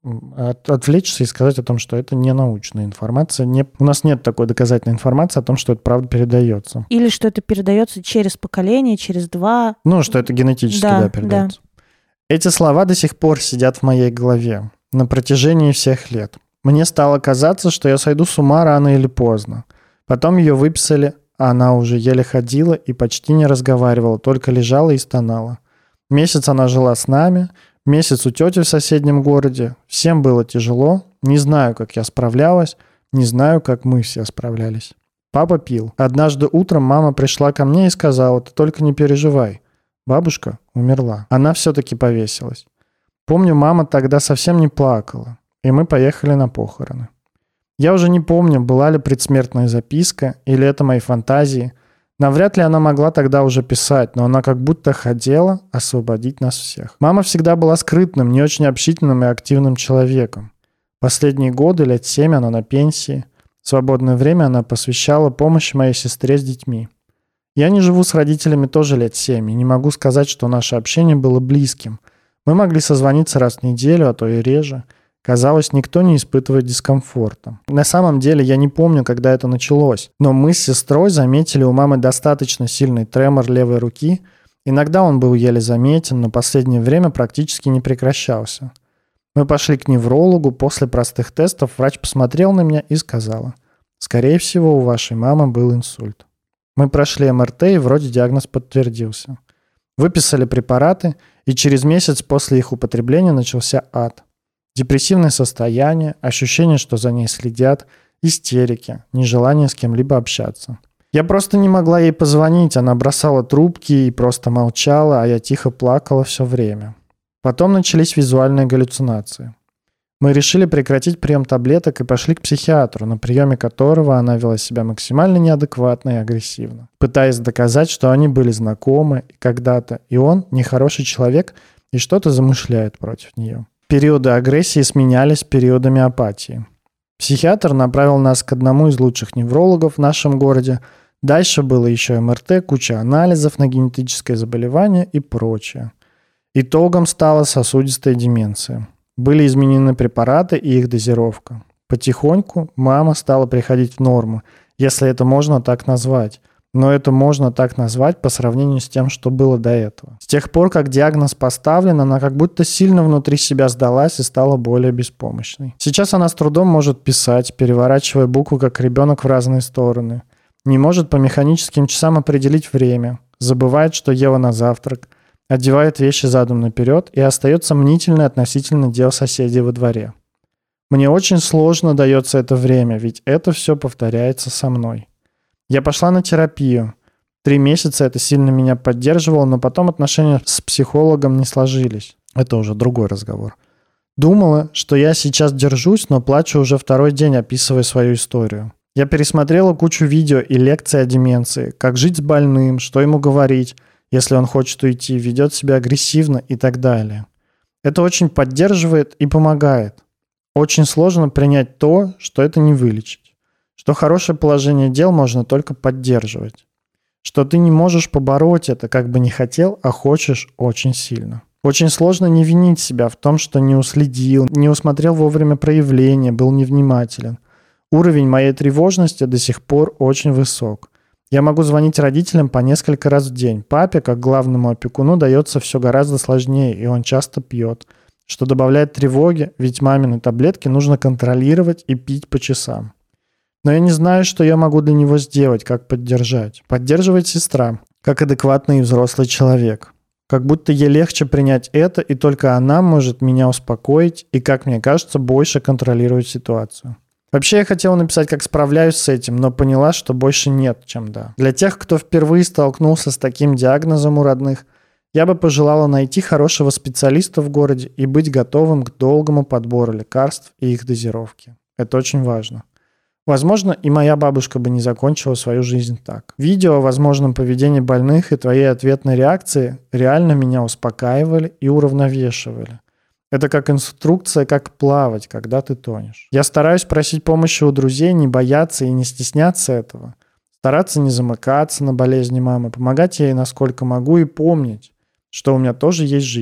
от, отвлечься и сказать о том, что это не научная информация. Не, у нас нет такой доказательной информации о том, что это правда передается. Или что это передается через поколение, через два. Ну, что это генетически, да, да передается. Да. Эти слова до сих пор сидят в моей голове на протяжении всех лет. Мне стало казаться, что я сойду с ума рано или поздно. Потом ее выписали, а она уже еле ходила и почти не разговаривала, только лежала и стонала. Месяц она жила с нами, месяц у тети в соседнем городе. Всем было тяжело. Не знаю, как я справлялась, не знаю, как мы все справлялись. Папа пил. Однажды утром мама пришла ко мне и сказала: «Ты только не переживай. Бабушка умерла». Она все-таки повесилась. Помню, мама тогда совсем не плакала, и мы поехали на похороны. Я уже не помню, была ли предсмертная записка, или это мои фантазии. Навряд ли она могла тогда уже писать, но она как будто хотела освободить нас всех. Мама всегда была скрытным, не очень общительным и активным человеком. Последние годы, лет семь, она на пенсии. Свободное время она посвящала помощи моей сестре с детьми. Я не живу с родителями тоже лет семь, и не могу сказать, что наше общение было близким. Мы могли созвониться раз в неделю, а то и реже. Казалось, никто не испытывает дискомфорта. На самом деле я не помню, когда это началось, но мы с сестрой заметили у мамы достаточно сильный тремор левой руки. Иногда он был еле заметен, но последнее время практически не прекращался. Мы пошли к неврологу, после простых тестов врач посмотрел на меня и сказала: «Скорее всего, у вашей мамы был инсульт». Мы прошли эм эр тэ, и вроде диагноз подтвердился. Выписали препараты, и через месяц после их употребления начался ад. Депрессивное состояние, ощущение, что за ней следят, истерики, нежелание с кем-либо общаться. Я просто не могла ей позвонить, она бросала трубки и просто молчала, а я тихо плакала все время. Потом начались визуальные галлюцинации. Мы решили прекратить прием таблеток и пошли к психиатру, на приеме которого она вела себя максимально неадекватно и агрессивно, пытаясь доказать, что они были знакомы когда-то, и он нехороший человек и что-то замышляет против нее. Периоды агрессии сменялись периодами апатии. Психиатр направил нас к одному из лучших неврологов в нашем городе. Дальше было еще эм эр тэ, куча анализов на генетическое заболевание и прочее. Итогом стала сосудистая деменция. Были изменены препараты и их дозировка. Потихоньку мама стала приходить в норму, если это можно так назвать. Но это можно так назвать по сравнению с тем, что было до этого. С тех пор, как диагноз поставлен, она как будто сильно внутри себя сдалась и стала более беспомощной. Сейчас она с трудом может писать, переворачивая буквы, как ребенок, в разные стороны. Не может по механическим часам определить время. Забывает, что ела на завтрак. Одевает вещи задом наперед и остается мнительной относительно дел соседей во дворе. Мне очень сложно дается это время, ведь это все повторяется со мной. Я пошла на терапию. Три месяца это сильно меня поддерживало, но потом отношения с психологом не сложились. Это уже другой разговор. Думала, что я сейчас держусь, но плачу уже второй день, описывая свою историю. Я пересмотрела кучу видео и лекций о деменции, как жить с больным, что ему говорить, если он хочет уйти, ведет себя агрессивно и так далее. Это очень поддерживает и помогает. Очень сложно принять то, что это не вылечить. Что хорошее положение дел можно только поддерживать. Что ты не можешь побороть это, как бы не хотел, а хочешь очень сильно. Очень сложно не винить себя в том, что не уследил, не усмотрел вовремя проявления, был невнимателен. Уровень моей тревожности до сих пор очень высок. Я могу звонить родителям по несколько раз в день. Папе, как главному опекуну, дается все гораздо сложнее, и он часто пьет, что добавляет тревоги, ведь мамины таблетки нужно контролировать и пить по часам. Но я не знаю, что я могу для него сделать, как поддержать. Поддерживает сестра, как адекватный и взрослый человек. Как будто ей легче принять это, и только она может меня успокоить и, как мне кажется, больше контролировать ситуацию. Вообще я хотела написать, как справляюсь с этим, но поняла, что больше нет, чем да. Для тех, кто впервые столкнулся с таким диагнозом у родных, я бы пожелала найти хорошего специалиста в городе и быть готовым к долгому подбору лекарств и их дозировки. Это очень важно. Возможно, и моя бабушка бы не закончила свою жизнь так. Видео о возможном поведении больных и твоей ответной реакции реально меня успокаивали и уравновешивали. Это как инструкция, как плавать, когда ты тонешь. Я стараюсь просить помощи у друзей, не бояться и не стесняться этого. Стараться не замыкаться на болезни мамы, помогать ей насколько могу и помнить, что у меня тоже есть жизнь.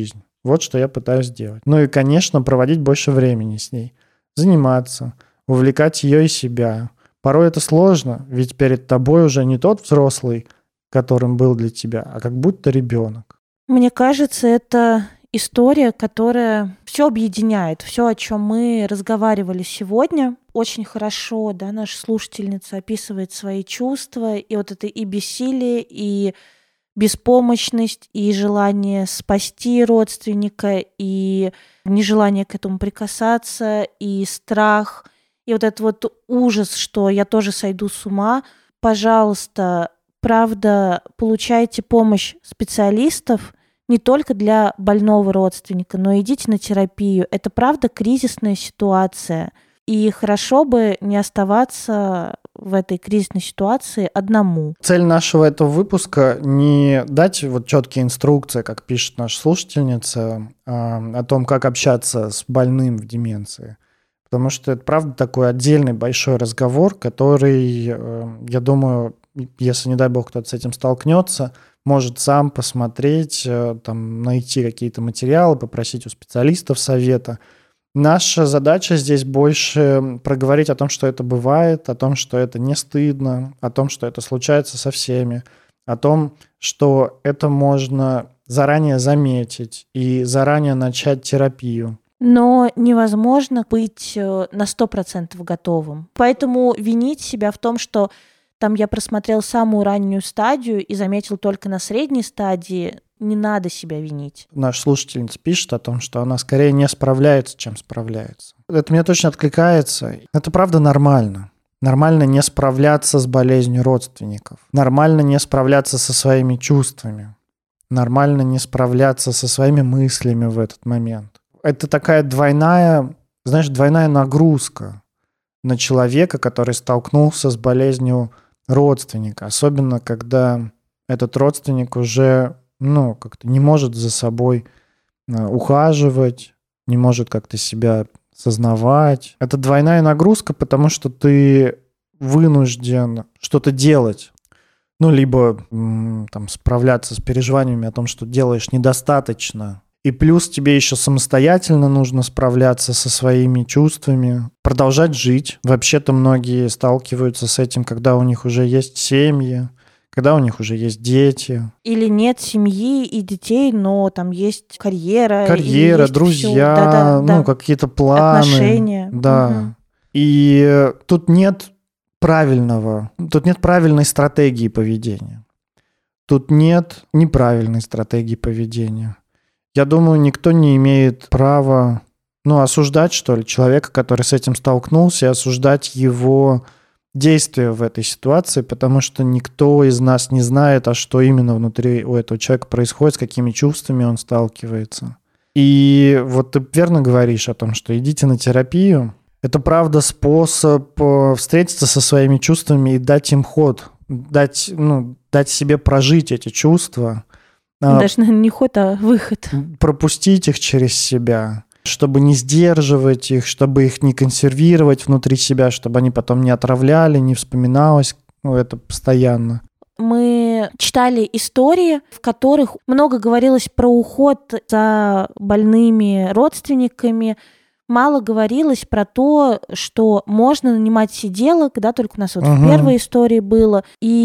Вот что я пытаюсь делать. Ну и, конечно, проводить больше времени с ней. Заниматься, увлекать ее и себя. Порой это сложно, ведь перед тобой уже не тот взрослый, которым был для тебя, а как будто ребенок. Мне кажется, это история, которая все объединяет, все, о чем мы разговаривали сегодня. Очень хорошо, да, наша слушательница описывает свои чувства, и вот это и бессилие, и беспомощность, и желание спасти родственника, и нежелание к этому прикасаться, и страх, и вот этот вот ужас, что я тоже сойду с ума. Пожалуйста, правда, получайте помощь специалистов не только для больного родственника, но идите на терапию. Это правда кризисная ситуация. И хорошо бы не оставаться в этой кризисной ситуации одному. Цель нашего этого выпуска не дать вот четкие инструкции, как пишет наша слушательница, о том, как общаться с больным в деменции. Потому что это, правда, такой отдельный большой разговор, который, я думаю, если, не дай бог, кто-то с этим столкнется, может сам посмотреть, там, найти какие-то материалы, попросить у специалистов совета. Наша задача здесь больше проговорить о том, что это бывает, о том, что это не стыдно, о том, что это случается со всеми, о том, что это можно заранее заметить и заранее начать терапию. Но невозможно быть на сто процентов готовым. Поэтому винить себя в том, что там я просмотрел самую раннюю стадию и заметил только на средней стадии, не надо себя винить. Наша слушательница пишет о том, что она скорее не справляется, чем справляется. Это мне точно откликается. Это правда нормально. Нормально не справляться с болезнью родственников. Нормально не справляться со своими чувствами. Нормально не справляться со своими мыслями в этот момент. Это такая двойная, знаешь, двойная нагрузка на человека, который столкнулся с болезнью родственника. Особенно, когда этот родственник уже, ну, как-то не может за собой ухаживать, не может как-то себя сознавать. Это двойная нагрузка, потому что ты вынужден что-то делать. Ну, либо там справляться с переживаниями о том, что делаешь недостаточно. И плюс тебе еще самостоятельно нужно справляться со своими чувствами, продолжать жить. Вообще-то многие сталкиваются с этим, когда у них уже есть семьи, когда у них уже есть дети. Или нет семьи и детей, но там есть карьера. Карьера, есть друзья, да, да, ну, да. какие-то планы. Отношения. Да. Угу. И тут нет правильного, тут нет правильной стратегии поведения. Тут нет неправильной стратегии поведения. Я думаю, никто не имеет права, ну, осуждать, что ли, человека, который с этим столкнулся, и осуждать его действия в этой ситуации, потому что никто из нас не знает, а что именно внутри у этого человека происходит, с какими чувствами он сталкивается. И вот ты верно говоришь о том, что идите на терапию. Это, правда, способ встретиться со своими чувствами и дать им ход, дать, ну, дать себе прожить эти чувства. Даже, наверное, не ход, а выход. Пропустить их через себя, чтобы не сдерживать их, чтобы их не консервировать внутри себя, чтобы они потом не отравляли, не вспоминалось, ну, это постоянно. Мы читали истории, в которых много говорилось про уход за больными родственниками, мало говорилось про то, что можно нанимать сиделок, да, только у нас вот uh-huh. в первой истории было.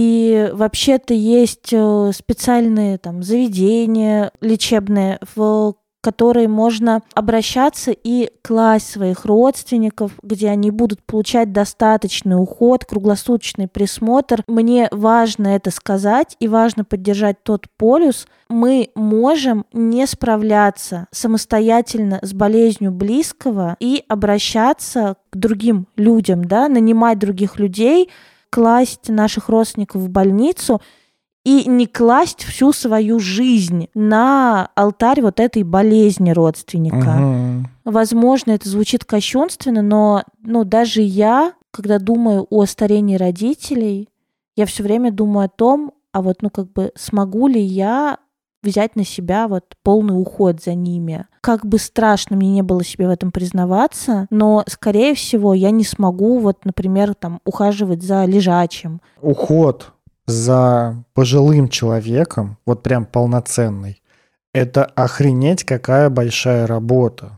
И вообще-то есть специальные там заведения лечебные, в которые можно обращаться и класть своих родственников, где они будут получать достаточный уход, круглосуточный присмотр. Мне важно это сказать и важно поддержать тот полюс. Мы можем не справляться самостоятельно с болезнью близкого и обращаться к другим людям, да, нанимать других людей, класть наших родственников в больницу и не класть всю свою жизнь на алтарь вот этой болезни родственника. Угу. Возможно, это звучит кощунственно, но ну, даже я, когда думаю о старении родителей, я все время думаю о том, а вот ну как бы смогу ли я взять на себя вот полный уход за ними. Как бы страшно мне не было себе в этом признаваться, но, скорее всего, я не смогу вот, например, там ухаживать за лежачим. Уход за пожилым человеком, вот прям полноценный, Это охренеть какая большая работа.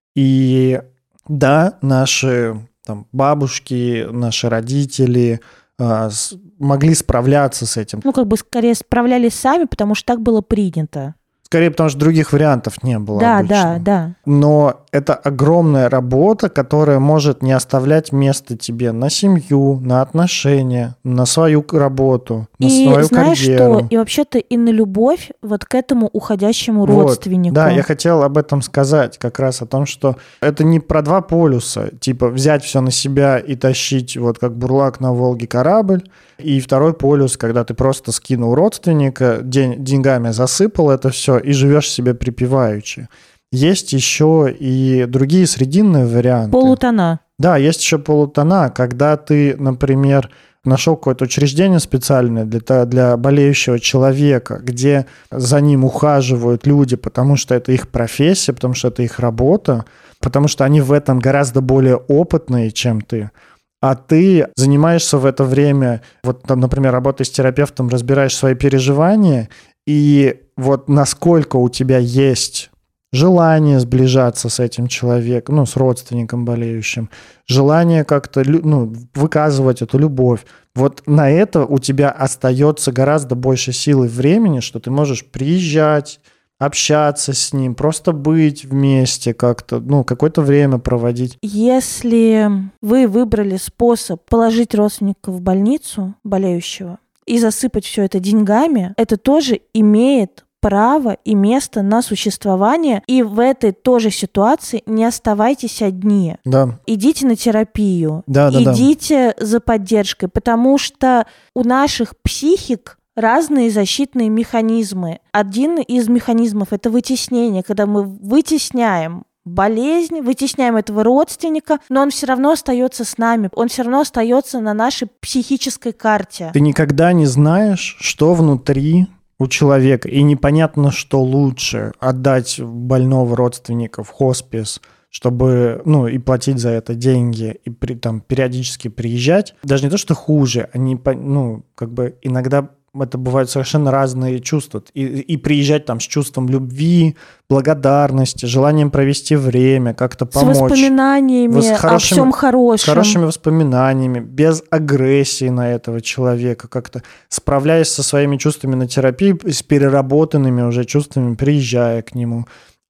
И да, наши там, бабушки, наши родители а, с, могли справляться с этим. Ну, как бы скорее справлялись сами, потому что так было принято. Скорее, потому что других вариантов не было Да, обычно. да, да. Но это огромная работа, которая может не оставлять места тебе на семью, на отношения, на свою работу, на и свою знаешь карьеру. Что? И вообще-то и на любовь вот к этому уходящему Вот. родственнику. Да, я хотел об этом сказать, как раз о том, что это не про два полюса, типа взять все на себя и тащить вот как бурлак на Волге корабль, и второй полюс, когда ты просто скинул родственника, день, деньгами засыпал это все и живешь себе припеваючи. Есть еще и другие срединные варианты. Полутона. Да, есть еще полутона, когда ты, например, нашел какое-то учреждение специальное для, для болеющего человека, где за ним ухаживают люди, потому что это их профессия, потому что это их работа, потому что они в этом гораздо более опытные, чем ты. А ты занимаешься в это время, вот там, например, работаешь с терапевтом, разбираешь свои переживания, и вот насколько у тебя есть желание сближаться с этим человеком, ну, с родственником болеющим, желание как-то ну, выказывать эту любовь. Вот на это у тебя остается гораздо больше сил и времени, что ты можешь приезжать, общаться с ним, просто быть вместе как-то, ну, какое-то время проводить. Если вы выбрали способ положить родственника в больницу болеющего и засыпать все это деньгами, это тоже имеет право и место на существование, и в этой тоже ситуации не оставайтесь одни. Да. Идите на терапию, да, да, идите да. за поддержкой, потому что у наших психик разные защитные механизмы. Один из механизмов – это вытеснение, когда мы вытесняем болезнь, вытесняем этого родственника, но он все равно остается с нами, он все равно остается на нашей психической карте. Ты никогда не знаешь, что внутри у человека, и непонятно, что лучше: отдать больного родственника в хоспис, чтобы, ну, и платить за это деньги, и при, там периодически приезжать. Даже не то, что хуже, они, ну, как бы иногда это бывают совершенно разные чувства. И, и приезжать там с чувством любви, благодарности, желанием провести время, как-то помочь. С воспоминаниями с хорошими, о всем хорошем. С хорошими воспоминаниями, без агрессии на этого человека, как-то справляясь со своими чувствами на терапии, с переработанными уже чувствами, приезжая к нему.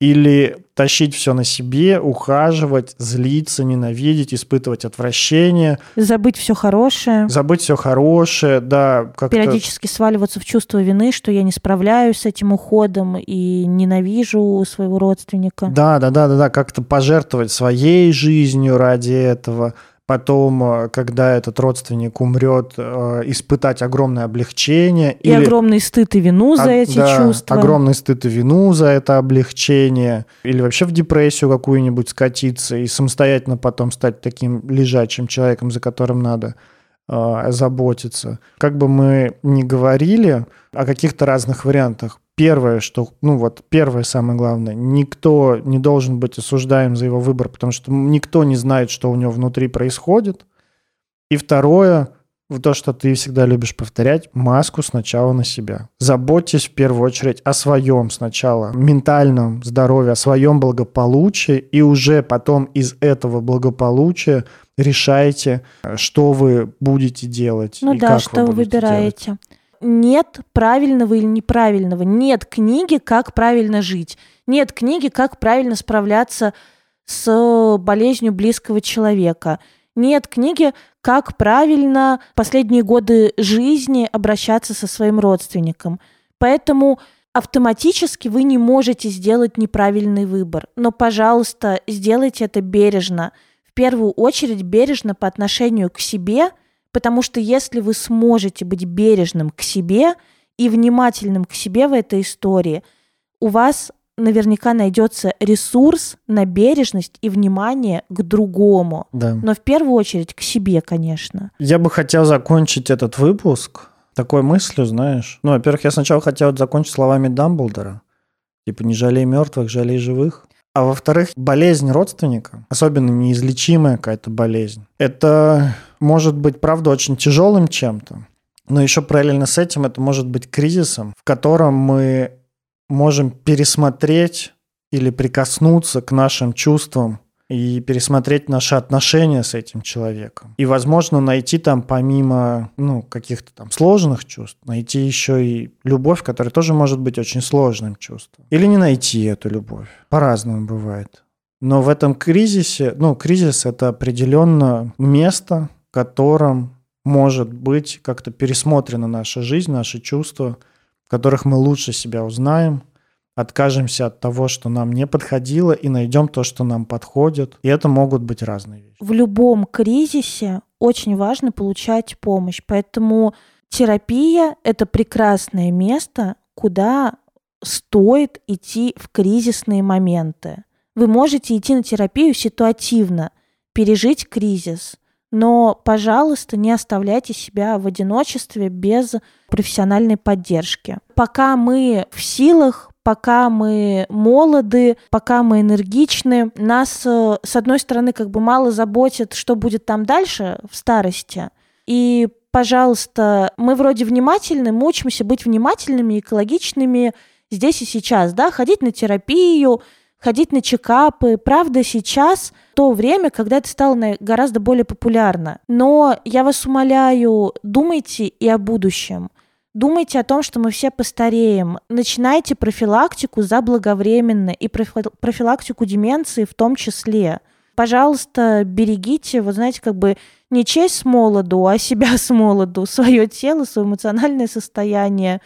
Или тащить все на себе, ухаживать, злиться, ненавидеть, испытывать отвращение. Забыть все хорошее. Забыть все хорошее, да. Как-то... Периодически сваливаться в чувство вины, что я не справляюсь с этим уходом и ненавижу своего родственника. Да, да, да, да, да. Как-то пожертвовать своей жизнью ради этого. Потом, когда этот родственник умрет, испытать огромное облегчение. И или... огромный стыд и вину за а, эти да, чувства. Огромный стыд и вину за это облегчение. Или вообще в депрессию какую-нибудь скатиться и самостоятельно потом стать таким лежачим человеком, за которым надо э, заботиться. Как бы мы ни говорили о каких-то разных вариантах, первое, что, ну вот, первое самое главное, никто не должен быть осуждаем за его выбор, потому что никто не знает, что у него внутри происходит. И второе, то, что ты всегда любишь повторять, маску сначала на себя. Заботьтесь в первую очередь о своем сначала ментальном здоровье, о своем благополучии, и уже потом из этого благополучия решайте, что вы будете делать. Ну и да, как что вы вы выбираете. Делать. Нет правильного или неправильного. Нет книги, как правильно жить. Нет книги, как правильно справляться с болезнью близкого человека. Нет книги, как правильно последние годы жизни обращаться со своим родственником. Поэтому автоматически вы не можете сделать неправильный выбор. Но, пожалуйста, сделайте это бережно. В первую очередь бережно по отношению к себе, потому что если вы сможете быть бережным к себе и внимательным к себе в этой истории, у вас наверняка найдется ресурс на бережность и внимание к другому. Да. Но в первую очередь к себе, конечно. Я бы хотел закончить этот выпуск такой мыслью, знаешь. Ну, во-первых, я сначала хотел закончить словами Дамблдора. Типа, не жалей мертвых, жалей живых. А во-вторых, болезнь родственника, особенно неизлечимая какая-то болезнь, это может быть, правда, очень тяжелым чем-то, но еще параллельно с этим это может быть кризисом, в котором мы можем пересмотреть или прикоснуться к нашим чувствам и пересмотреть наши отношения с этим человеком. И, возможно, найти там помимо ну, каких-то там сложных чувств, найти еще и любовь, которая тоже может быть очень сложным чувством. Или не найти эту любовь. По-разному бывает. Но в этом кризисе, ну, кризис – это определенно место, в котором может быть как-то пересмотрена наша жизнь, наши чувства, в которых мы лучше себя узнаем, откажемся от того, что нам не подходило, и найдем то, что нам подходит. И это могут быть разные вещи. В любом кризисе очень важно получать помощь. Поэтому терапия – это прекрасное место, куда стоит идти в кризисные моменты. Вы можете идти на терапию ситуативно, пережить кризис, но, пожалуйста, не оставляйте себя в одиночестве без профессиональной поддержки. Пока мы в силах, пока мы молоды, пока мы энергичны, нас, с одной стороны, как бы мало заботит, что будет там дальше в старости. И, пожалуйста, мы вроде внимательны, мы учимся быть внимательными, экологичными здесь и сейчас, да, ходить на терапию, ходить на чекапы. Правда, сейчас то время, когда это стало гораздо более популярно. Но я вас умоляю, думайте и о будущем. Думайте о том, что мы все постареем. Начинайте профилактику заблаговременно и профилактику деменции в том числе. Пожалуйста, берегите, вот знаете, как бы не честь с молоду, а себя с молоду, свое тело, свое эмоциональное состояние.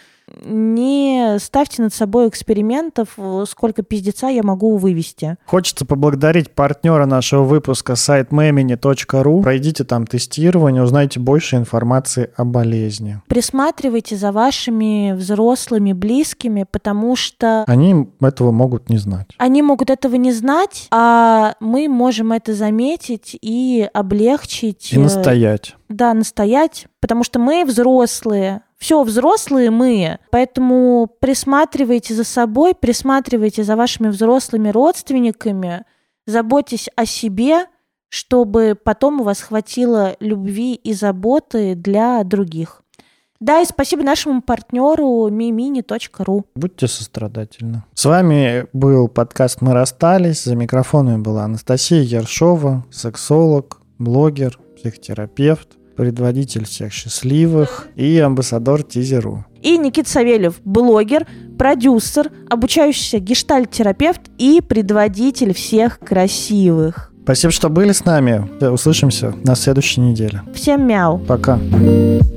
Не ставьте над собой экспериментов, сколько пиздеца я могу вывести. Хочется поблагодарить партнера нашего выпуска, сайт мемини точка ру. Пройдите там тестирование, узнайте больше информации о болезни. Присматривайте за вашими взрослыми, близкими, потому что... Они этого могут не знать. Они могут этого не знать, а мы можем это заметить и облегчить. И настоять. Да, настоять, потому что мы взрослые. Все, взрослые мы, поэтому присматривайте за собой, присматривайте за вашими взрослыми родственниками, заботьтесь о себе, чтобы потом у вас хватило любви и заботы для других. Да, и спасибо нашему партнеру мемини точка ру. Будьте сострадательны. С вами был подкаст «Мы расстались». За микрофонами была Анастасия Ершова, сексолог, блогер, психотерапевт, предводитель всех счастливых и амбассадор Тизеру. И Никита Савельев, блогер, продюсер, обучающийся гештальт-терапевт и предводитель всех красивых. Спасибо, что были с нами. Услышимся на следующей неделе. Всем мяу. Пока.